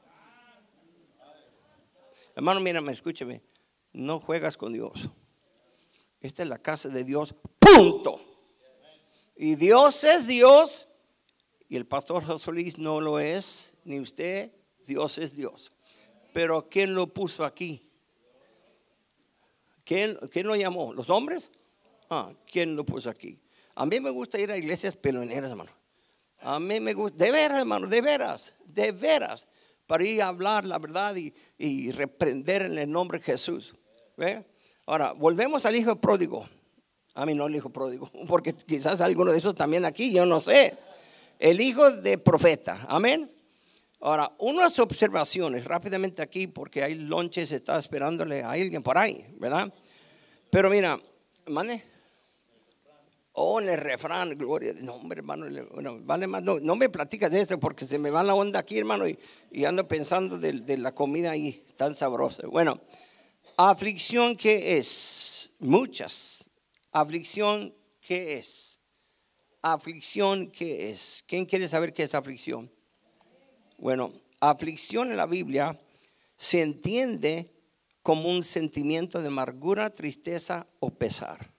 Hermano, mírame, escúcheme. No juegas con Dios. Esta es la casa de Dios, punto. Y Dios es Dios. Y el pastor José Luis no lo es, ni usted. Dios es Dios. Pero ¿quién lo puso aquí? ¿Quién, quién lo llamó? ¿Los hombres? Ah, ¿quién lo puso aquí? A mí me gusta ir a iglesias peloneras, hermano. A mí me gusta, de veras, hermano, de veras, de veras, para ir a hablar la verdad y, y reprender en el nombre de Jesús. ¿Ve? Ahora, volvemos al hijo pródigo. A mí no el hijo pródigo, porque quizás alguno de esos también aquí, yo no sé. El hijo de profeta, amén. Ahora, unas observaciones rápidamente aquí, porque hay lonches, está esperándole a alguien por ahí, ¿verdad? Pero mira, mande. Oh, en el refrán, gloria. No, hombre, hermano, bueno, vale más. No, no me platicas de eso porque se me va la onda aquí, hermano, y, y ando pensando de, de la comida ahí, tan sabrosa. Bueno, aflicción, ¿qué es? Muchas. Aflicción, ¿qué es? Aflicción, ¿qué es? ¿Quién quiere saber qué es aflicción? Bueno, aflicción en la Biblia se entiende como un sentimiento de amargura, tristeza o pesar.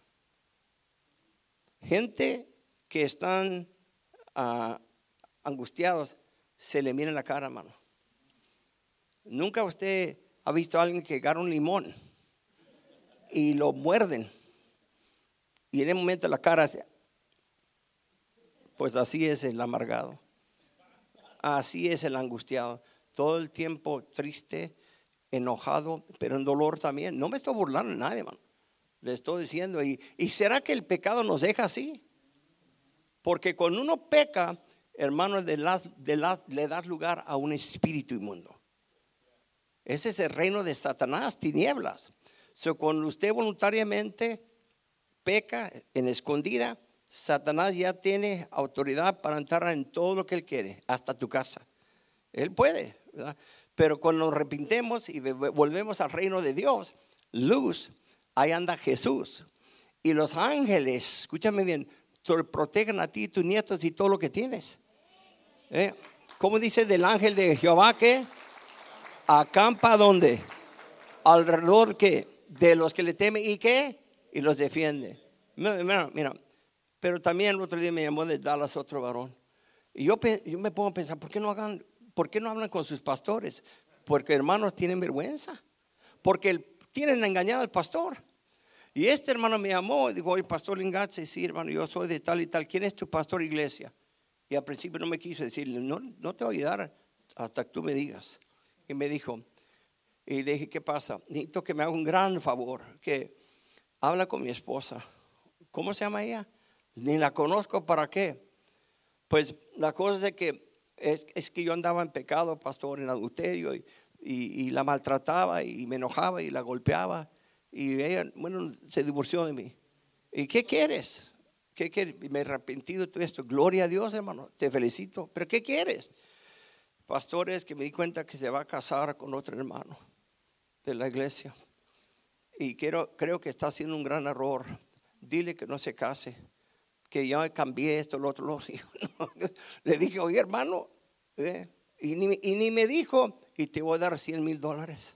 Gente que están uh, angustiados, se le mira en la cara, hermano. Nunca usted ha visto a alguien que agarra un limón y lo muerden y en el momento la cara se, pues así es el amargado, así es el angustiado, todo el tiempo triste, enojado, pero en dolor también. No me estoy burlando de nadie, hermano. Le estoy diciendo, ¿y, ¿y será que el pecado nos deja así? Porque cuando uno peca, hermano, de las, de las, le das lugar a un espíritu inmundo. Ese es el reino de Satanás, tinieblas. So, cuando usted voluntariamente peca en escondida, Satanás ya tiene autoridad para entrar en todo lo que él quiere, hasta tu casa. Él puede, ¿verdad? Pero cuando nos arrepintemos y volvemos al reino de Dios, luz, ahí anda Jesús. Y los ángeles, escúchame bien, te protegen a ti, tus nietos y todo lo que tienes. ¿Eh? ¿Cómo dice del ángel de Jehová que acampa donde? Alrededor que de los que le temen y qué? Y los defiende. Mira, mira, pero también el otro día me llamó de Dallas otro varón. Y yo, yo me pongo a pensar, ¿por qué no hagan, por qué no hablan con sus pastores? Porque hermanos tienen vergüenza. Porque el, tienen engañado al pastor. Y este hermano me llamó y dijo, oye, pastor Lingatze, sí, hermano, yo soy de tal y tal. ¿Quién es tu pastor iglesia? Y al principio no me quiso decirle, no, no te voy a ayudar hasta que tú me digas. Y me dijo, y le dije, ¿qué pasa? Necesito que me haga un gran favor, que habla con mi esposa. ¿Cómo se llama ella? Ni la conozco, ¿para qué? Pues la cosa es que es, es que yo andaba en pecado, pastor, en adulterio, y, y, y la maltrataba y me enojaba y la golpeaba. Y ella, bueno, se divorció de mí. ¿Y qué quieres? ¿Qué quieres? Me he arrepentido de todo esto. Gloria a Dios, hermano, te felicito. ¿Pero qué quieres? Pastores, que me di cuenta que se va a casar con otro hermano de la iglesia. Y quiero, creo que está haciendo un gran error. Dile que no se case. que yo cambié esto, lo otro, lo otro. No, le dije, oye hermano, eh, y, ni, y ni me dijo, y te voy a dar cien mil dólares.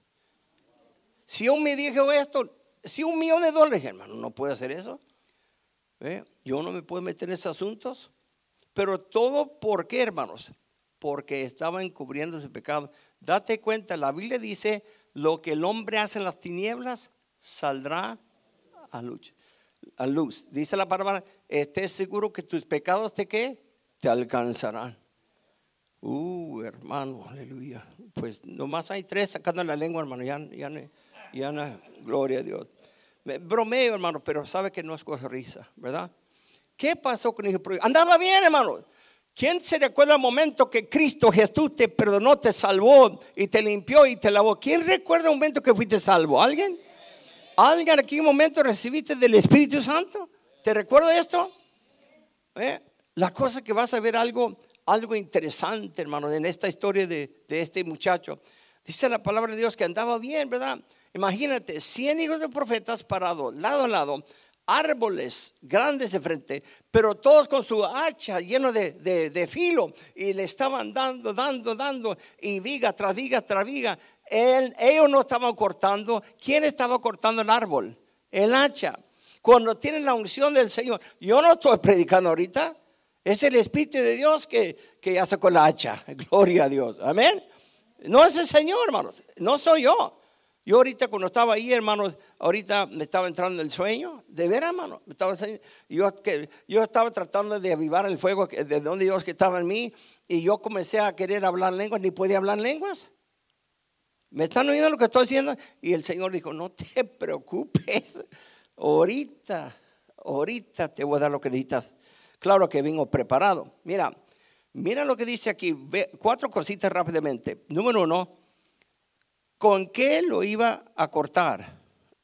Si yo me dijo esto, si un millón de dólares, hermano, no puede hacer eso. ¿Eh? Yo no me puedo meter en esos asuntos. Pero todo, ¿por qué, hermanos? Porque estaba encubriendo su pecado. Date cuenta, la Biblia dice, lo que el hombre hace en las tinieblas saldrá a luz. A luz. Dice la palabra, estés seguro que tus pecados te ¿qué? Te alcanzarán. Uh, hermano, aleluya. Pues nomás hay tres sacando la lengua, hermano. Ya, ya, ya no, gloria a Dios. Me bromeo, hermano, pero sabe que no es cosa risa, ¿verdad? ¿Qué pasó con el hijo pródigo? Andaba bien, hermano. ¿Quién se recuerda el momento que Cristo Jesús te perdonó, te salvó y te limpió y te lavó? ¿Quién recuerda el momento que fuiste salvo? ¿Alguien? ¿Alguien aquí un momento recibiste del Espíritu Santo? ¿Te recuerda esto? ¿Eh? La cosa que vas a ver algo, algo interesante, hermano, en esta historia de, de este muchacho. Dice la palabra de Dios que andaba bien, ¿verdad? Imagínate, cien hijos de profetas parados, lado a lado, árboles grandes de frente, pero todos con su hacha lleno de, de, de filo, y le estaban dando, dando, dando, y viga tras viga tras viga. Él, ellos no estaban cortando. ¿Quién estaba cortando el árbol? El hacha. Cuando tienen la unción del Señor, yo no estoy predicando ahorita, es el Espíritu de Dios que, que ya sacó la hacha. Gloria a Dios, amén. No es el Señor, hermanos, no soy yo. Yo ahorita cuando estaba ahí, hermanos, ahorita me estaba entrando el sueño. De veras, hermano, me estaba, yo, que, yo estaba tratando de avivar el fuego de donde Dios que estaba en mí. Y yo comencé a querer hablar lenguas, ni podía hablar lenguas. ¿Me están oyendo lo que estoy diciendo? Y el Señor dijo, no te preocupes. Ahorita, ahorita te voy a dar lo que necesitas. Claro que vengo preparado. Mira, mira lo que dice aquí. Ve, cuatro cositas rápidamente. Número uno. ¿Con qué lo iba a cortar?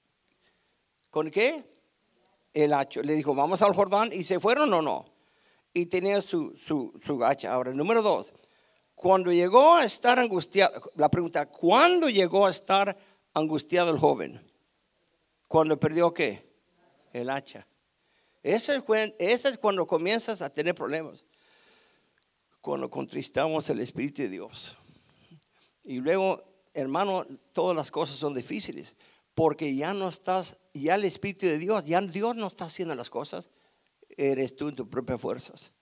¿Con qué? El hacha. Le dijo, vamos al Jordán. ¿Y se fueron o no? Y tenía su, su, su hacha. Ahora, número dos. Cuando llegó a estar angustiado, la pregunta, ¿cuándo llegó a estar angustiado el joven? ¿Cuándo perdió qué? El hacha. Ese es, ese es cuando comienzas a tener problemas. Cuando contristamos el Espíritu de Dios. Y luego, hermano, todas las cosas son difíciles porque ya no estás, ya el Espíritu de Dios, ya Dios no está haciendo las cosas, eres tú en tus propias fuerzas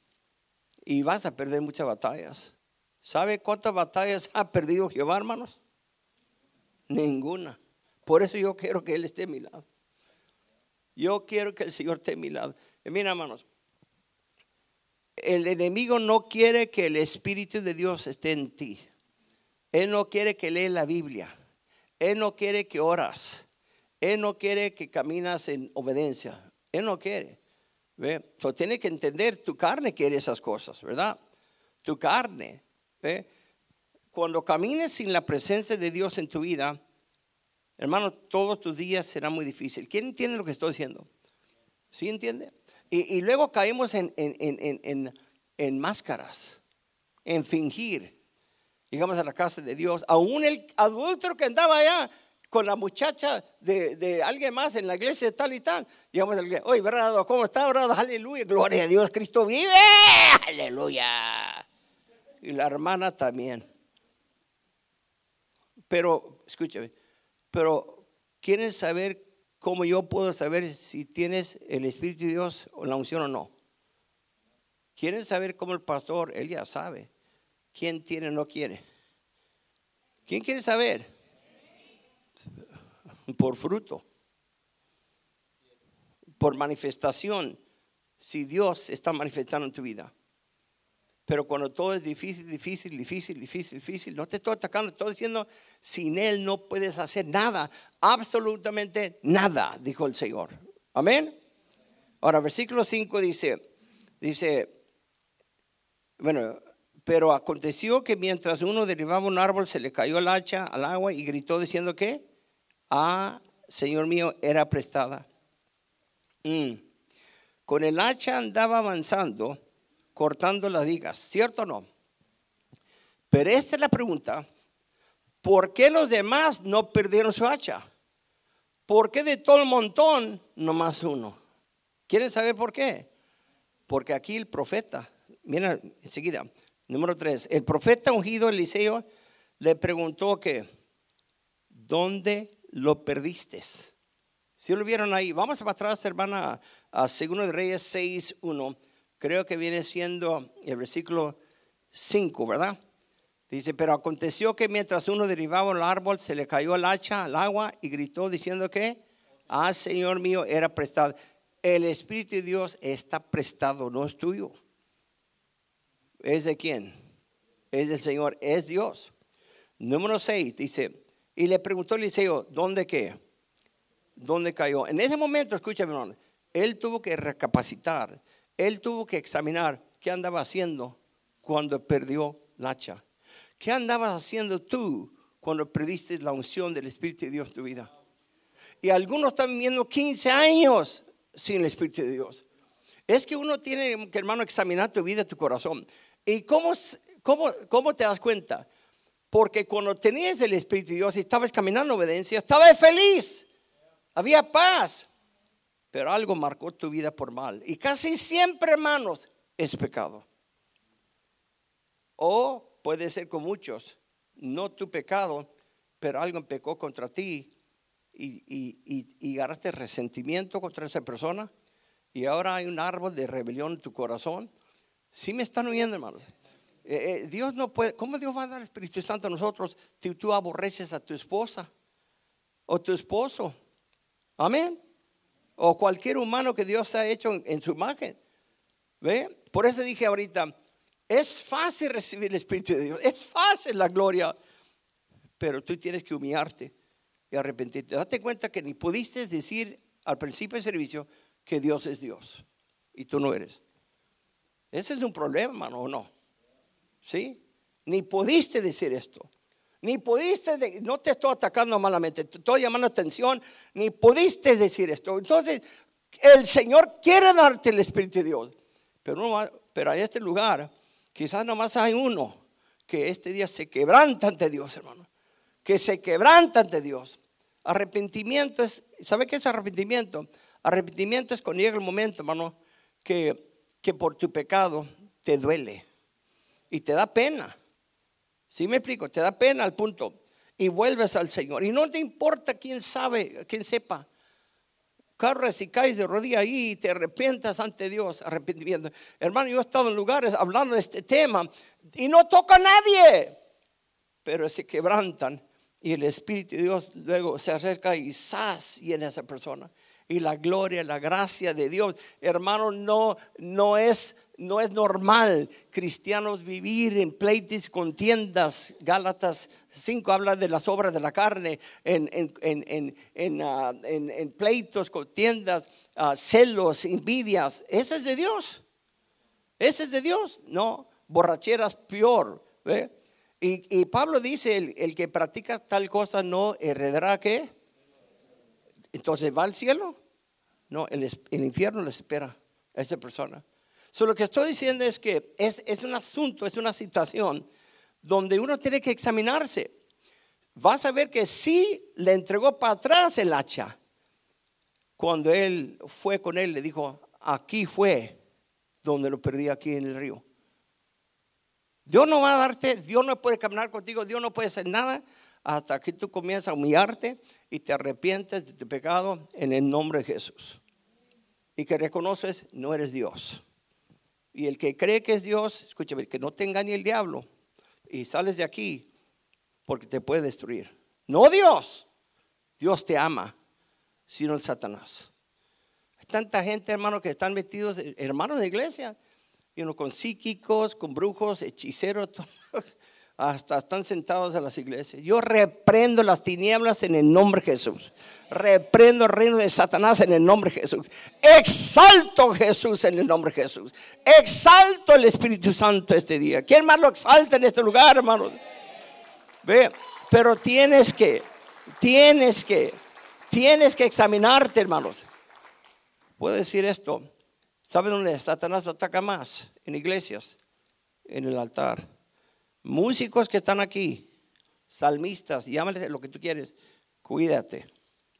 y vas a perder muchas batallas. ¿Sabe cuántas batallas ha perdido Jehová, hermanos? Ninguna. Por eso yo quiero que Él esté a mi lado. Yo quiero que el Señor esté a mi lado. Y mira, hermanos, el enemigo no quiere que el Espíritu de Dios esté en ti. Él no quiere que leas la Biblia. Él no quiere que oras. Él no quiere que caminas en obediencia. Él no quiere. ¿Ve? Entonces tienes que entender, tu carne quiere esas cosas, ¿verdad? Tu carne. ¿Ve? Cuando camines sin la presencia de Dios en tu vida, hermano, todos tus días serán muy difíciles. ¿Quién entiende lo que estoy diciendo? ¿Sí entiende? Y, y luego caemos en, en, en, en, en máscaras, en fingir. Llegamos a la casa de Dios. Aún el adúltero que andaba allá con la muchacha de, de alguien más en la iglesia de tal y tal. Llegamos a la iglesia. Oye, ¿verdad? ¿Cómo está, verdad? Aleluya. Gloria a Dios. Cristo vive. Aleluya. Y la hermana también. Pero, escúchame. Pero, ¿quieren saber cómo yo puedo saber si tienes el Espíritu de Dios o la unción o no? ¿Quieren saber cómo el pastor? Él ya sabe. ¿Quién tiene o no quiere? ¿Quién quiere saber? Por fruto. Por manifestación. Si Dios está manifestando en tu vida. Pero cuando todo es difícil, difícil, difícil, difícil, difícil, no te estoy atacando, estoy diciendo, sin Él no puedes hacer nada, absolutamente nada, dijo el Señor. Amén. Ahora, versículo cinco dice, dice, bueno, pero aconteció que mientras uno derribaba un árbol, se le cayó el hacha al agua y gritó diciendo que, ah, Señor mío, era prestada. Mm. Con el hacha andaba avanzando, cortando las vigas, ¿cierto o no? Pero esta es la pregunta, ¿por qué los demás no perdieron su hacha? ¿Por qué de todo el montón nomás uno? ¿Quieren saber por qué? Porque aquí el profeta, mira enseguida, número tres, el profeta ungido Eliseo le preguntó que, ¿dónde lo perdiste? Si lo vieron ahí, vamos para atrás, hermana, a Segundo de Reyes seis uno. Creo que viene siendo el versículo cinco, ¿verdad? Dice, pero aconteció que mientras uno derribaba el árbol, se le cayó el hacha al agua y gritó diciendo que, ah, Señor mío, era prestado. El Espíritu de Dios está prestado, no es tuyo. ¿Es de quién? Es del Señor, es Dios. Número seis, dice, y le preguntó Eliseo, ¿dónde qué? ¿Dónde cayó? En ese momento, escúchame, hermano, él tuvo que recapacitar, él tuvo que examinar qué andaba haciendo cuando perdió el hacha. ¿Qué andabas haciendo tú cuando perdiste la unción del Espíritu de Dios en tu vida? Y algunos están viviendo quince años sin el Espíritu de Dios. Es que uno tiene que, hermano, examinar tu vida, tu corazón. ¿Y cómo, cómo, cómo te das cuenta? Porque cuando tenías el Espíritu de Dios y estabas caminando en obediencia, estabas feliz, había paz. Pero algo marcó tu vida por mal. Y casi siempre, hermanos, es pecado. O puede ser con muchos, no tu pecado, pero alguien pecó contra ti y, y, y, y agarraste resentimiento contra esa persona y ahora hay un árbol de rebelión en tu corazón. ¿Sí me están oyendo, hermanos? Eh, eh, Dios no puede, ¿cómo Dios va a dar el Espíritu Santo a nosotros si tú aborreces a tu esposa o tu esposo? Amén. O cualquier humano que Dios ha hecho en, en su imagen. ¿Ve? Por eso dije ahorita, es fácil recibir el Espíritu de Dios, es fácil la gloria, pero tú tienes que humillarte y arrepentirte. Date cuenta que ni pudiste decir al principio del servicio que Dios es Dios y tú no eres. Ese es un problema, hermano, ¿o no? ¿Sí? Ni pudiste decir esto, ni pudiste, de, no te estoy atacando malamente, te estoy llamando atención, ni pudiste decir esto. Entonces, el Señor quiere darte el Espíritu de Dios, pero, no, pero en este lugar quizás nomás hay uno que este día se quebranta ante Dios, hermano. Que se quebranta ante Dios. Arrepentimiento es, ¿sabe qué es arrepentimiento? Arrepentimiento es cuando llega el momento, hermano, que, que por tu pecado te duele y te da pena. ¿Sí me explico? Te da pena al punto y vuelves al Señor. Y no te importa quién sabe, quién sepa. Corres y caes de rodillas ahí y te arrepientas ante Dios. Arrepentimiento. Hermano, yo he estado en lugares hablando de este tema y no toca a nadie, pero se quebrantan y el Espíritu de Dios luego se acerca y ¡zas! Llena a esa persona. Y la gloria, la gracia de Dios, hermano, no, no es No es normal cristianos vivir en pleitos, contiendas. Gálatas cinco habla de las obras de la carne, en, en, en, en, en, uh, en, en pleitos, contiendas, uh, celos, envidias. Ese es de Dios. Ese es de Dios. No, borracheras peor. ¿Ve? Y, y Pablo dice, el, el que practica tal cosa no heredará ¿qué? Entonces, ¿va al cielo? No, el, el infierno le espera a esa persona. So, lo que estoy diciendo es que es, es un asunto, es una situación donde uno tiene que examinarse. Vas a ver que sí le entregó para atrás el hacha. Cuando él fue con él, le dijo, aquí fue donde lo perdí, aquí en el río. Dios no va a darte, Dios no puede caminar contigo, Dios no puede hacer nada hasta que tú comienzas a humillarte y te arrepientes de tu pecado en el nombre de Jesús. Y que reconoces, no eres Dios. Y el que cree que es Dios, escúchame, que no te engañe el diablo y sales de aquí porque te puede destruir. No Dios, Dios te ama, sino el Satanás. Hay tanta gente, hermano, que están metidos, hermanos de iglesia, y uno con psíquicos, con brujos, hechiceros, hasta están sentados en las iglesias. Yo reprendo las tinieblas en el nombre de Jesús. Reprendo el reino de Satanás en el nombre de Jesús. Exalto a Jesús en el nombre de Jesús. Exalto el Espíritu Santo este día. ¿Quién más lo exalta en este lugar, hermanos? Ve, pero tienes que, tienes que, tienes que examinarte, hermanos. Puedo decir esto. ¿Sabe dónde Satanás ataca más? En iglesias, en el altar. Músicos que están aquí, salmistas, llámale lo que tú quieres, cuídate.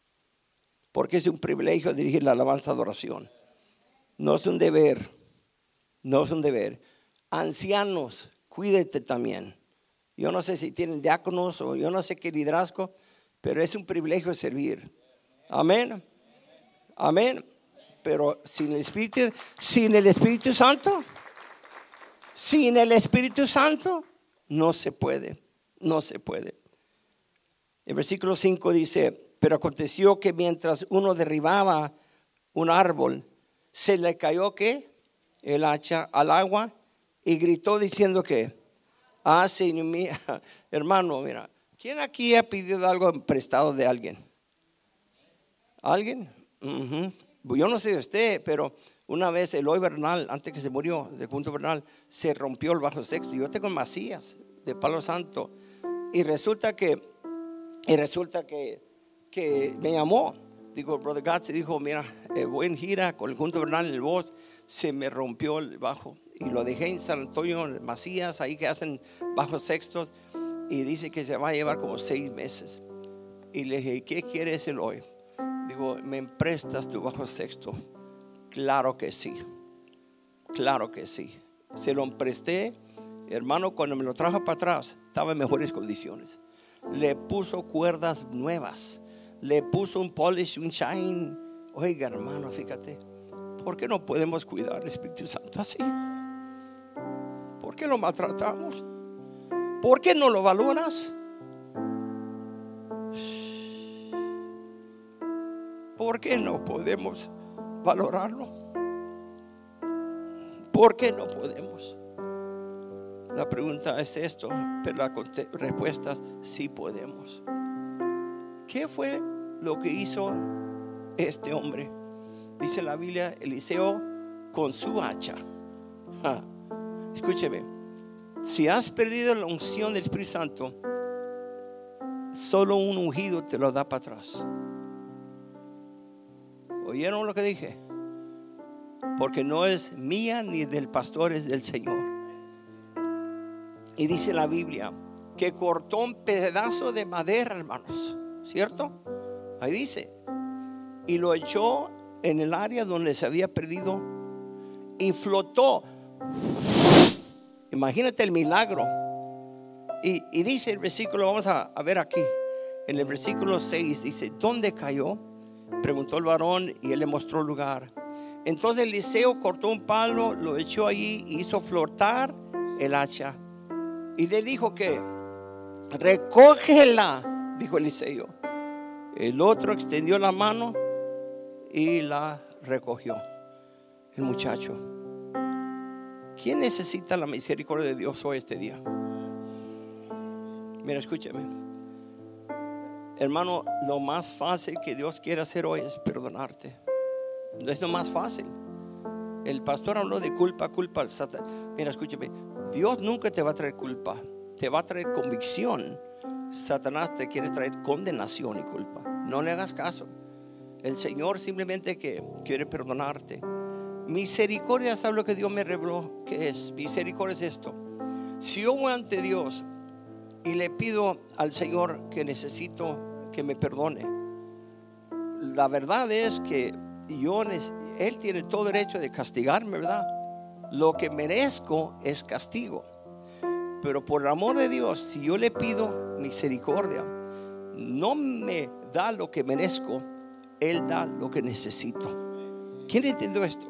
Porque es un privilegio dirigir la alabanza de oración. No es un deber, No es un deber. Ancianos, cuídate también. Yo no sé si tienen diáconos o yo no sé qué liderazgo, pero es un privilegio servir. Amén. Amén. Pero sin el Espíritu, sin el Espíritu Santo, sin el Espíritu Santo, no se puede. No se puede. El versículo cinco dice: pero aconteció que mientras uno derribaba un árbol, se le cayó ¿qué? El hacha al agua y gritó diciendo que, ah, Señor mío, hermano, mira, ¿quién aquí ha pedido algo prestado de alguien? ¿Alguien? Uh-huh. Yo no sé de usted, pero una vez Eloy Bernal, antes que se murió, del punto Bernal, se rompió el bajo sexto. Yo tengo Macías de Palo Santo y resulta que, y resulta que, que me llamó. Digo, Brother God, se dijo, mira, eh, voy en gira con el Junto Bernal en el voz, se me rompió el bajo y lo dejé en San Antonio, en Macías, ahí que hacen bajos sextos, y dice que se va a llevar como seis meses. Y le dije, ¿qué quieres el hoy? Digo, ¿me prestas tu bajo sexto? Claro que sí, claro que sí. Se lo presté, hermano, cuando me lo trajo para atrás, estaba en mejores condiciones. Le puso cuerdas nuevas, le puso un polish, un shine. Oiga, hermano, fíjate, ¿por qué no podemos cuidar al Espíritu Santo así? ¿Por qué lo maltratamos? ¿Por qué no lo valoras? ¿Por qué no podemos valorarlo? ¿Por qué no podemos? La pregunta es esto, pero la respuesta es sí podemos. ¿Qué fue lo que hizo este hombre? Dice la Biblia, Eliseo con su hacha. Ja. Escúcheme, si has perdido la unción del Espíritu Santo, solo un ungido te lo da para atrás. ¿Oyeron lo que dije? Porque no es mía ni del pastor, es del Señor. Y dice la Biblia que cortó un pedazo de madera, hermanos, ¿cierto? Ahí dice, y lo echó en el área donde se había perdido y flotó. Imagínate el milagro. Y, y dice el versículo, vamos a, a ver aquí, en el versículo seis dice, ¿dónde cayó? Preguntó el varón y él le mostró el lugar. Entonces Eliseo cortó un palo, lo echó allí y hizo flotar el hacha. Y le dijo que recógela, dijo Eliseo. El otro extendió la mano y la recogió. El muchacho. ¿Quién necesita la misericordia de Dios hoy este día? Mira, escúchame. Hermano, lo más fácil que Dios quiere hacer hoy es perdonarte. No es lo más fácil. El pastor habló de culpa, culpa. Mira, escúchame. Dios nunca te va a traer culpa. Te va a traer convicción. Satanás te quiere traer condenación y culpa. No le hagas caso. El Señor simplemente que quiere perdonarte. Misericordia, ¿sabes lo que Dios me reveló? ¿Qué es? Misericordia es esto. Si yo voy ante Dios y le pido al Señor que necesito que me perdone, la verdad es que yo, Él tiene todo derecho de castigarme, ¿verdad? Lo que merezco es castigo. Pero por el amor de Dios, si yo le pido misericordia, no me da lo que merezco, Él da lo que necesito. ¿Quién entendió esto?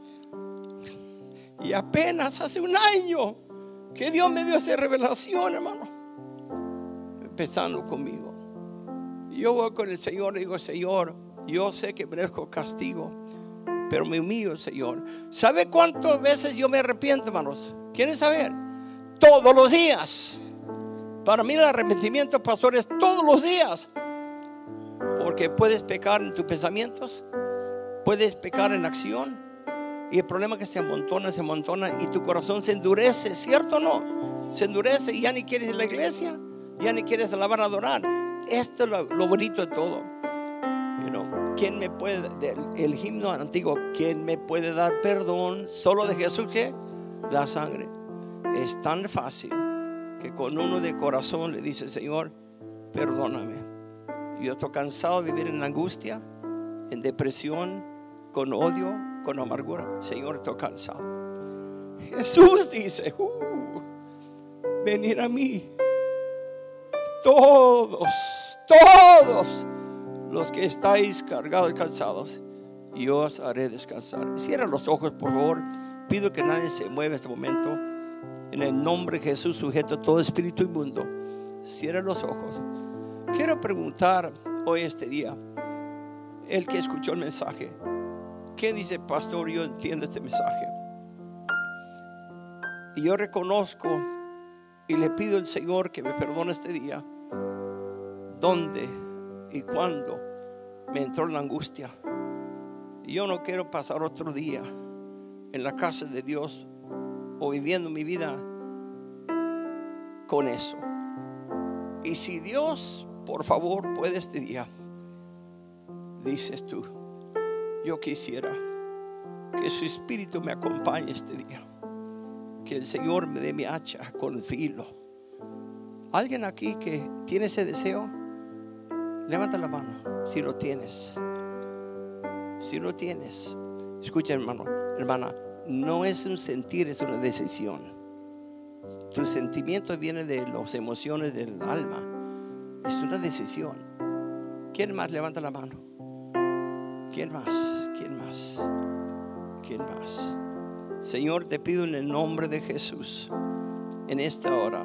Y apenas hace un año que Dios me dio esa revelación, hermano. Empezando conmigo. Yo voy con el Señor y digo, Señor, yo sé que merezco castigo, pero me humillo, Señor. ¿Sabe cuántas veces yo me arrepiento, hermanos? ¿Quieren saber? Todos los días. Para mí el arrepentimiento, pastor, es todos los días. Porque puedes pecar en tus pensamientos, puedes pecar en acción, y el problema es que se amontona, se amontona y tu corazón se endurece, ¿cierto o no? Se endurece y ya ni quieres ir a la iglesia, ya ni quieres alabar, adorar. Esto es lo, lo bonito de todo. You know, ¿quién me puede, el himno antiguo, ¿quién me puede dar perdón? Solo de Jesús, que la sangre. Es tan fácil que con uno de corazón le dice, Señor, perdóname. Yo estoy cansado de vivir en angustia, en depresión, con odio, con amargura. Señor, estoy cansado. Jesús dice, uh, venid a mí todos, todos los que estáis cargados y cansados, y yo os haré descansar. Cierra los ojos, por favor. Pido que nadie se mueva en este momento. En el nombre de Jesús, sujeto todo espíritu inmundo. Cierra los ojos. Quiero preguntar hoy, este día, el que escuchó el mensaje, ¿qué dice, pastor? Yo entiendo este mensaje y yo reconozco y le pido al Señor que me perdone este día, dónde y cuándo me entró la angustia. Y yo no quiero pasar otro día en la casa de Dios o viviendo mi vida con eso. Y si Dios, por favor, puede este día, dices tú, yo quisiera que su espíritu me acompañe este día, que el Señor me dé mi hacha con filo. ¿Alguien aquí que tiene ese deseo? Levanta la mano si lo tienes. Si lo tienes, escucha, hermano, hermana, no es un sentir, es una decisión. Tu sentimiento viene de las emociones del alma. Es una decisión. ¿Quién más? Levanta la mano. ¿Quién más? ¿Quién más? ¿Quién más? Señor, te pido en el nombre de Jesús, en esta hora,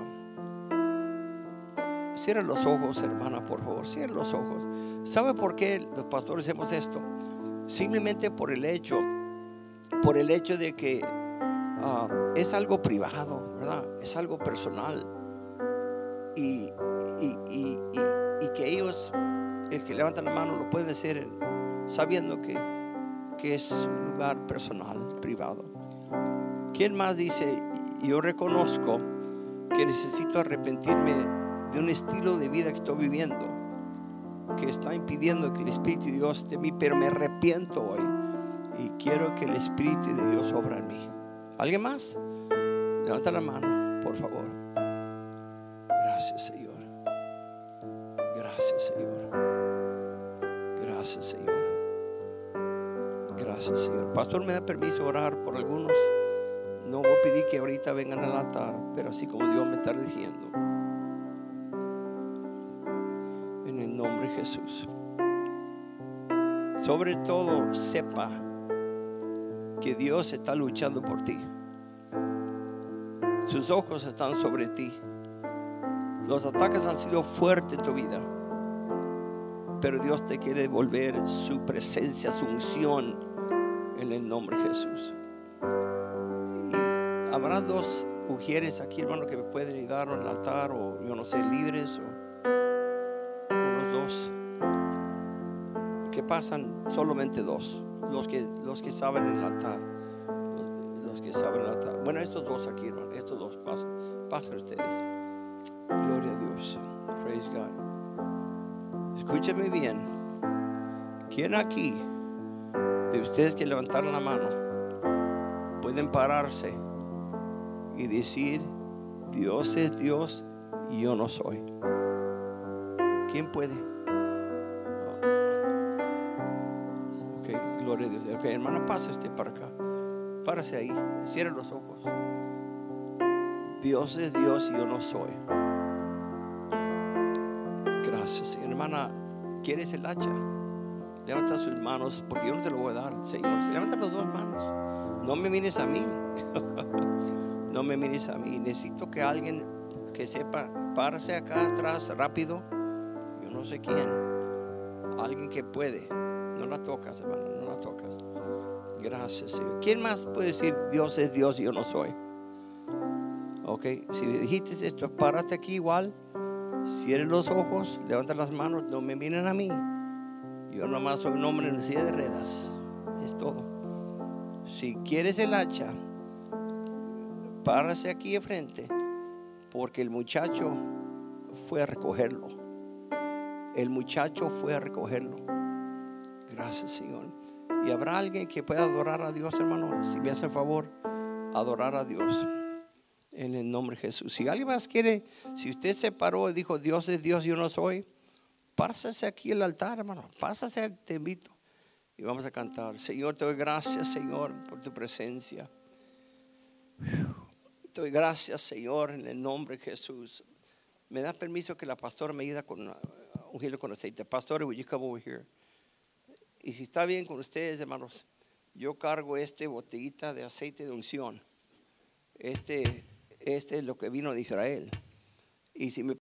cierra los ojos, hermana, por favor, cierra los ojos. ¿Sabe por qué los pastores hacemos esto? Simplemente por el hecho, por el hecho de que uh, es algo privado, ¿verdad? Es algo personal. Y, y, y, y, y que ellos, el que levanta la mano, lo pueden hacer sabiendo que, que es un lugar personal, privado. ¿Quién más dice, yo reconozco que necesito arrepentirme de un estilo de vida que estoy viviendo, que está impidiendo que el Espíritu de Dios esté en mí, pero me arrepiento hoy y quiero que el Espíritu de Dios obra en mí? ¿Alguien más? Levanta la mano, por favor. Gracias, Señor. Gracias, Señor. Gracias, Señor. Gracias, Señor. Pastor, ¿me da permiso orar por algunos? No voy a pedir que ahorita vengan al altar, pero así como Dios me está diciendo, en el nombre de Jesús. Sobre todo, sepa que Dios está luchando por ti. Sus ojos están sobre ti. Los ataques han sido fuertes en tu vida, pero Dios te quiere devolver su presencia, su unción, en el nombre de Jesús. Y habrá dos mujeres aquí, hermano, que me pueden ayudar al altar, o yo no sé, líderes, o unos dos que pasan, solamente dos, los que, los que saben el altar, los, los que saben el altar. Bueno, estos dos aquí, hermano, estos dos pasan, pasan ustedes. Gloria a Dios. Praise God. Escúcheme bien. ¿Quién aquí de ustedes que levantaron la mano pueden pararse y decir, Dios es Dios y yo no soy? ¿Quién puede? Ok, gloria a Dios. Ok, hermano, pase usted para acá. Párase ahí. Cierre los ojos. Dios es Dios y yo no soy. Gracias, hermana. ¿Quieres el hacha? Levanta sus manos, porque yo no te lo voy a dar, Señor. Si levanta las dos manos, no me mires a mí. No me mires a mí. Necesito que alguien que sepa, párase acá atrás rápido. Yo no sé quién. Alguien que puede. No la tocas, hermano, no la tocas. Gracias, Señor. ¿Quién más puede decir Dios es Dios y yo no soy? Ok, si dijiste esto, párate aquí igual. Cierre los ojos, levanta las manos, no me miren a mí. Yo nomás soy un hombre en silla de ruedas. Es todo. Si quieres el hacha, párase aquí de frente, porque el muchacho fue a recogerlo. El muchacho fue a recogerlo. Gracias, Señor. Y habrá alguien que pueda adorar a Dios, hermano. Si me hace el favor, adorar a Dios. En el nombre de Jesús. Si alguien más quiere, si usted se paró y dijo Dios es Dios, yo no soy, pásase aquí al altar, hermano. Pásase, te invito. Y vamos a cantar. Señor, te doy gracias, Señor, por tu presencia. Te doy gracias, Señor, en el nombre de Jesús. Me da permiso que la pastora me ayude con uh, ungirlo con aceite. Pastor, would you come over here? Y si está bien con ustedes, hermanos, yo cargo este botellita de aceite de unción. Este, este es lo que vino de Israel. Y si me